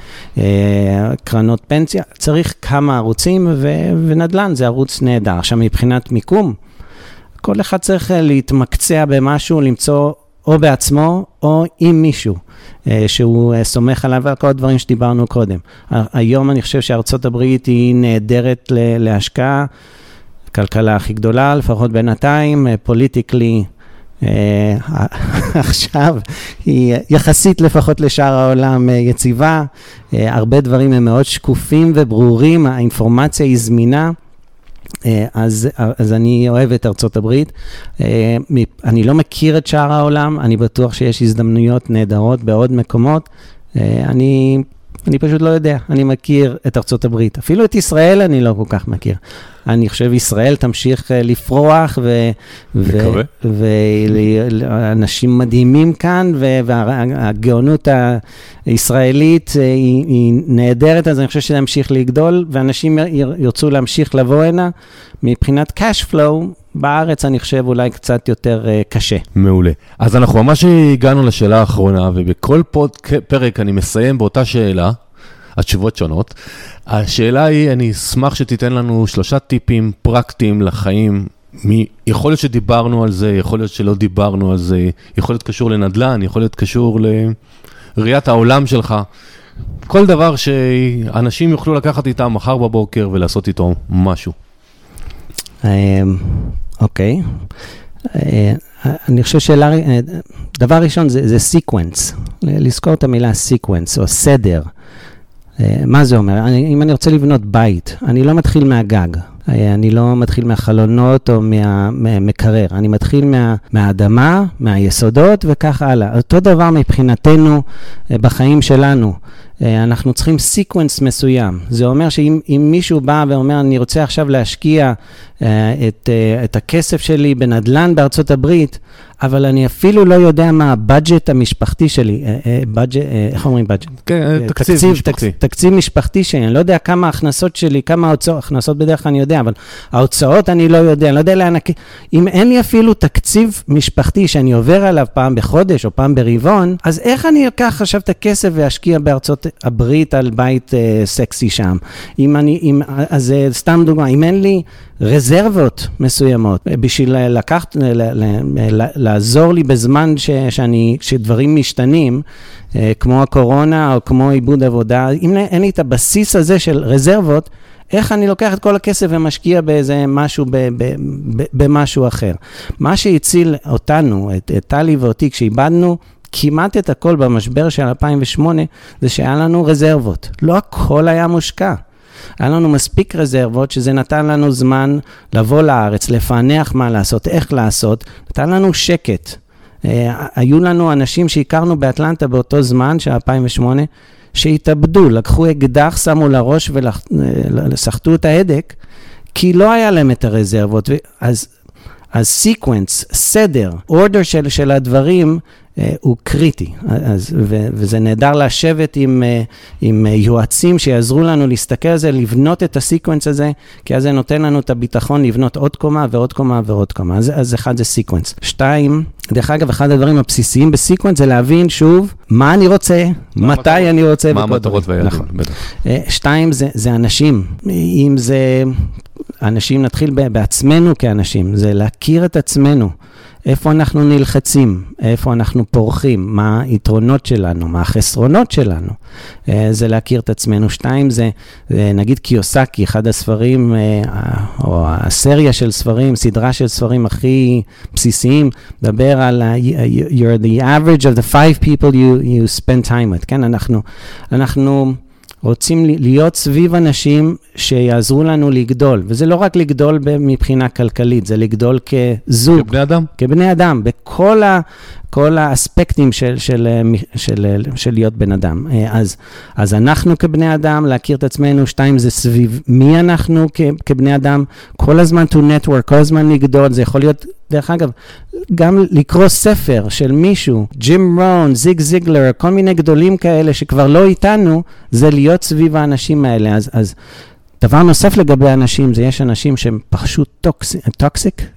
קרנות פנסיה. צריך כמה ערוצים, ונדל"ן זה ערוץ נהדר. עכשיו, מבחינת מיקום, כל אחד צריך להתמקצע במשהו, למצוא או בעצמו, או עם מישהו, שהוא סומך עליו ועל כל הדברים שדיברנו קודם. היום אני חושב שארצות הברית היא נהדרת להשקעה, הכלכלה הכי גדולה, לפחות בינתיים, פוליטיקלי, עכשיו היא יחסית לפחות לשאר העולם יציבה, הרבה דברים הם מאוד שקופים וברורים, האינפורמציה היא זמינה, אז אני אוהב את ארצות הברית, אני לא מכיר את שאר העולם, אני בטוח שיש הזדמנויות נהדרות בעוד מקומות, אני פשוט לא יודע, אני מכיר את ארצות הברית, אפילו את ישראל אני לא כל כך מכיר. אני חושב ישראל תמשיך לפרוח, ואנשים מדהימים כאן, והגאונות הישראלית היא נהדרת, אז אני חושב שזה ימשיך לגדול, ואנשים ירצו להמשיך לבוא הנה, מבחינת cash flow, בארץ אני חושב אולי קצת יותר קשה. מעולה. אז אנחנו ממש הגענו לשאלה האחרונה, ובכל פרק אני מסיים באותה שאלה, התשובות שונות. השאלה היא, אני אשמח שתיתן לנו 3 טיפים פרקטיים לחיים, יכול להיות שדיברנו על זה, יכול להיות שלא דיברנו על זה, יכול להיות קשור לנדל"ן, יכול להיות קשור לראיית העולם שלך, כל דבר שאנשים יוכלו לקחת איתם מחר בבוקר ולעשות איתו משהו. אוקיי. אני חושב דבר ראשון זה sequence, לזכור את המילה sequence או סדר. מה זה אומר? אם אני רוצה לבנות בית, אני לא מתחיל מהגג, אני לא מתחיל מהחלונות או מהמקרר, אני מתחיל מהאדמה, מהיסודות וכך הלאה. אותו דבר מבחינתנו בחיים שלנו, אנחנו צריכים סיקוונס מסוים. זה אומר שאם מישהו בא ואומר, אני רוצה עכשיו להשקיע את הכסף שלי בנדל"ן בארצות הברית, אבל אני אפילו לא יודע מה הבאג'ט המשפחתי שלי, איך אומרים באג'ט? כן, תקציב משפחתי. תקציב משפחתי שלי, אני לא יודע כמה ההכנסות שלי, כמה ההוצאות, הכנסות בדרך כלל אני יודע, אבל ההוצאות אני לא יודע, אני לא יודע לאן, אם אין לי אפילו תקציב משפחתי שאני עובר עליו פעם בחודש או פעם ברבעון, אז איך אני אקח עכשיו את הכסף ואשקיע בארצות הברית על בית סקסי שם? אז סתם דוגמה, אם אין לי רזרבות מסוימות, בשביל לעזור לי בזמן שדברים משתנים, כמו הקורונה או כמו עיבוד עבודה, אם אין לי את הבסיס הזה של רזרבות, איך אני לוקח את כל הכסף ומשקיע באיזה משהו, במשהו אחר. מה שהציל אותנו, את טלי ואותי, כשאיבדנו כמעט את הכל במשבר של 2008, זה שהיה לנו רזרבות. לא הכל היה מושקע. היה לנו מספיק רזרבות, שזה נתן לנו זמן לבוא לארץ, לפענח מה לעשות, איך לעשות, נתן לנו שקט. היו לנו אנשים שהכרנו באטלנטה באותו זמן, של 2008, שהתאבדו, לקחו אקדח, שמו לראש ולסחטו את ההדק, כי לא היה להם את הרזרבות. אז סיקוונס, סדר, אורדר של הדברים, הוא קריטי, וזה נהדר לשבת עם יועצים שיעזרו לנו להסתכל על זה, לבנות את הסיקוונס הזה, כי אז זה נותן לנו את הביטחון לבנות עוד קומה ועוד קומה ועוד קומה. אז אחד זה סיקוונס. 2, דרך אגב, אחד הדברים הבסיסיים בסיקוונס זה להבין שוב מה אני רוצה, מתי אני רוצה. מה המטרות והיעדים. 2 זה אנשים. אם זה אנשים, נתחיל בעצמנו כאנשים, זה להכיר את עצמנו. איפה אנחנו נלחצים, איפה אנחנו פורחים, מה היתרונות שלנו, מה החסרונות שלנו. זה להכיר את עצמנו. 2, זה נגיד קיוסקי, אחד הספרים, או הסריה של ספרים, סדרה של ספרים הכי בסיסיים, דבר על you're the average of the 5 people you spend time with. כן, אנחנו רוצים להיות סביב אנשים שיעזרו לנו לגדול, וזה לא רק לגדול מבחינה כלכלית, זה לגדול כזוג. כבני אדם? כבני אדם, בכל האספקטים של להיות בן אדם. אז אנחנו כבני אדם, להכיר את עצמנו. 2 זה סביב מי אנחנו כבני אדם, כל הזמן to network, כל הזמן לגדול, זה יכול להיות, דרך אגב, גם לקרוא ספר של מישהו, ג'ים רון, זיג זיגלר, כל מיני גדולים כאלה שכבר לא איתנו, זה להיות סביב האנשים האלה. אז דבר נוסף לגבי אנשים, זה יש אנשים שהם פשוט טוקסיק,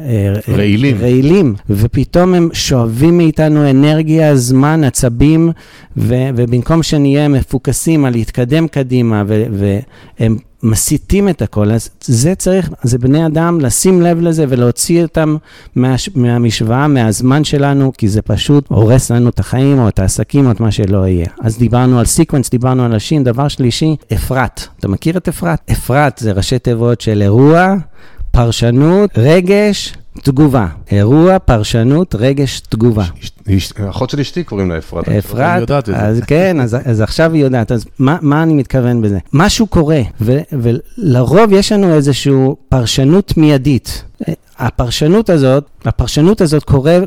רעילים, ופתאום הם שואבים מאיתנו אנרגיה, זמן, עצבים, ובמקום שנהיה מפוקסים על להתקדם קדימה, והם מסיתים את הכל, אז זה בני אדם לשים לב לזה ולהוציא אותם מהמשוואה, מהזמן שלנו, כי זה פשוט הורס לנו את החיים או את העסקים או את מה שלא יהיה. אז דיברנו על סיקוונס, דיברנו על אנשים. דבר שלישי, אפרת. אתה מכיר את אפרת? אפרת זה ראשי תיבות של אירוע, פרשנות, רגש, תגובה. אירוע, פרשנות, רגש, תגובה. אחות של אשתי קוראים לה אפרת. אפרת, אז כן, אז עכשיו היא יודעת. אז מה אני מתכוון בזה? משהו קורה, ולרוב יש לנו איזושהי פרשנות מיידית. הפרשנות הזאת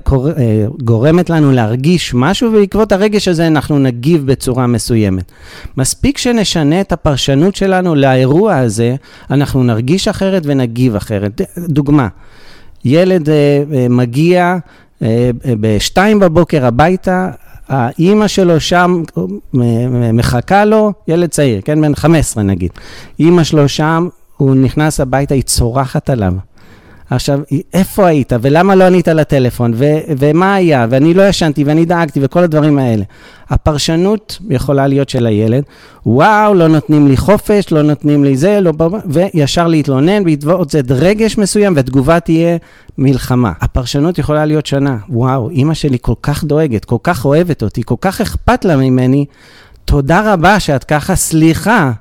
גורמת לנו להרגיש משהו, ובעקבות הרגש הזה אנחנו נגיב בצורה מסוימת. מספיק שנשנה את הפרשנות שלנו לאירוע הזה, אנחנו נרגיש אחרת ונגיב אחרת. דוגמה, ילד מגיע ב-2 בבוקר הביתה, האמא שלו שם מחכה לו, ילד צעיר, כן, בן 15 נגיד. אמא שלו שם, הוא נכנס הביתה, היא צורחת עליו. עכשיו, איפה היית? ולמה לא ענית לטלפון? ומה היה? ואני לא ישנתי, ואני דאגתי, וכל הדברים האלה. הפרשנות יכולה להיות של הילד, וואו, לא נותנים לי חופש, לא נותנים לי זה, לא, וישר להתלונן, ולתבעות זה רגש מסוים, ותגובה תהיה מלחמה. הפרשנות יכולה להיות שנה, וואו, אמא שלי כל כך דואגת, כל כך אוהבת אותי, כל כך אכפת לה ממני, תודה רבה שאת ככה, סליחה,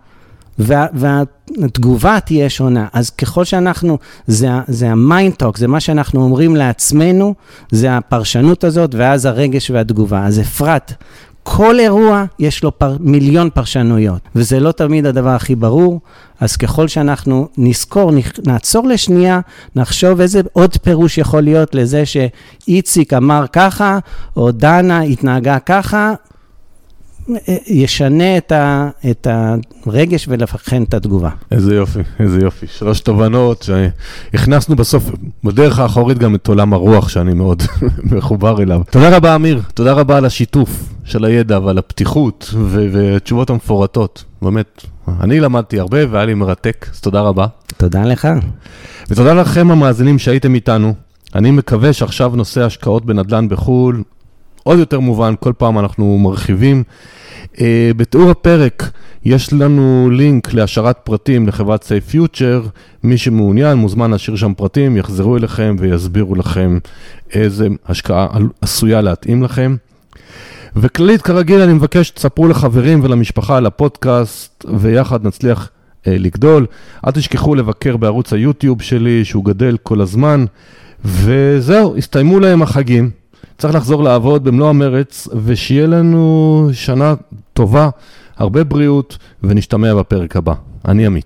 והתגובה תהיה שונה. אז ככל שאנחנו, זה המיינד טוק, זה מה שאנחנו אומרים לעצמנו, זה הפרשנות הזאת, ואז הרגש והתגובה. אז אפרת, כל אירוע יש לו מיליון פרשנויות, וזה לא תמיד הדבר הכי ברור, אז ככל שאנחנו נזכור, נעצור לשנייה, נחשוב איזה עוד פירוש יכול להיות לזה שאיציק אמר ככה, או דנה התנהגה ככה, ישנה את הרגש ולפחן את התגובה. איזה יופי, איזה יופי. 3 תובנות שהכנסנו בסוף, בדרך האחורית גם את עולם הרוח שאני מאוד מחובר אליו. תודה רבה אמיר, תודה רבה על השיתוף של הידע ועל הפתיחות ותשובות המפורטות. באמת, אני למדתי הרבה והיה לי מרתק, אז תודה רבה. תודה לך. ותודה לכם המאזינים שהייתם איתנו. אני מקווה שעכשיו נושא השקעות בנדל"ן בחול עוד יותר מובן, כל פעם אנחנו מרחיבים. בתיאור הפרק יש לנו לינק להשארת פרטים לחברת Safe Future, מי שמעוניין מוזמן להשאיר שם פרטים, יחזרו אליכם ויסבירו לכם איזה השקעה עשויה להתאים לכם. וכללית כרגיל אני מבקש שתספרו לחברים ולמשפחה על הפודקאסט, ויחד נצליח לגדול. אל תשכחו לבקר בערוץ היוטיוב שלי שהוא גדל כל הזמן, וזהו, הסתיימו להם החגים. צריך לחזור לעבוד במלוא המרץ, ושיהיה לנו שנה טובה, הרבה בריאות, ונשתמע בפרק הבא. אני עמית.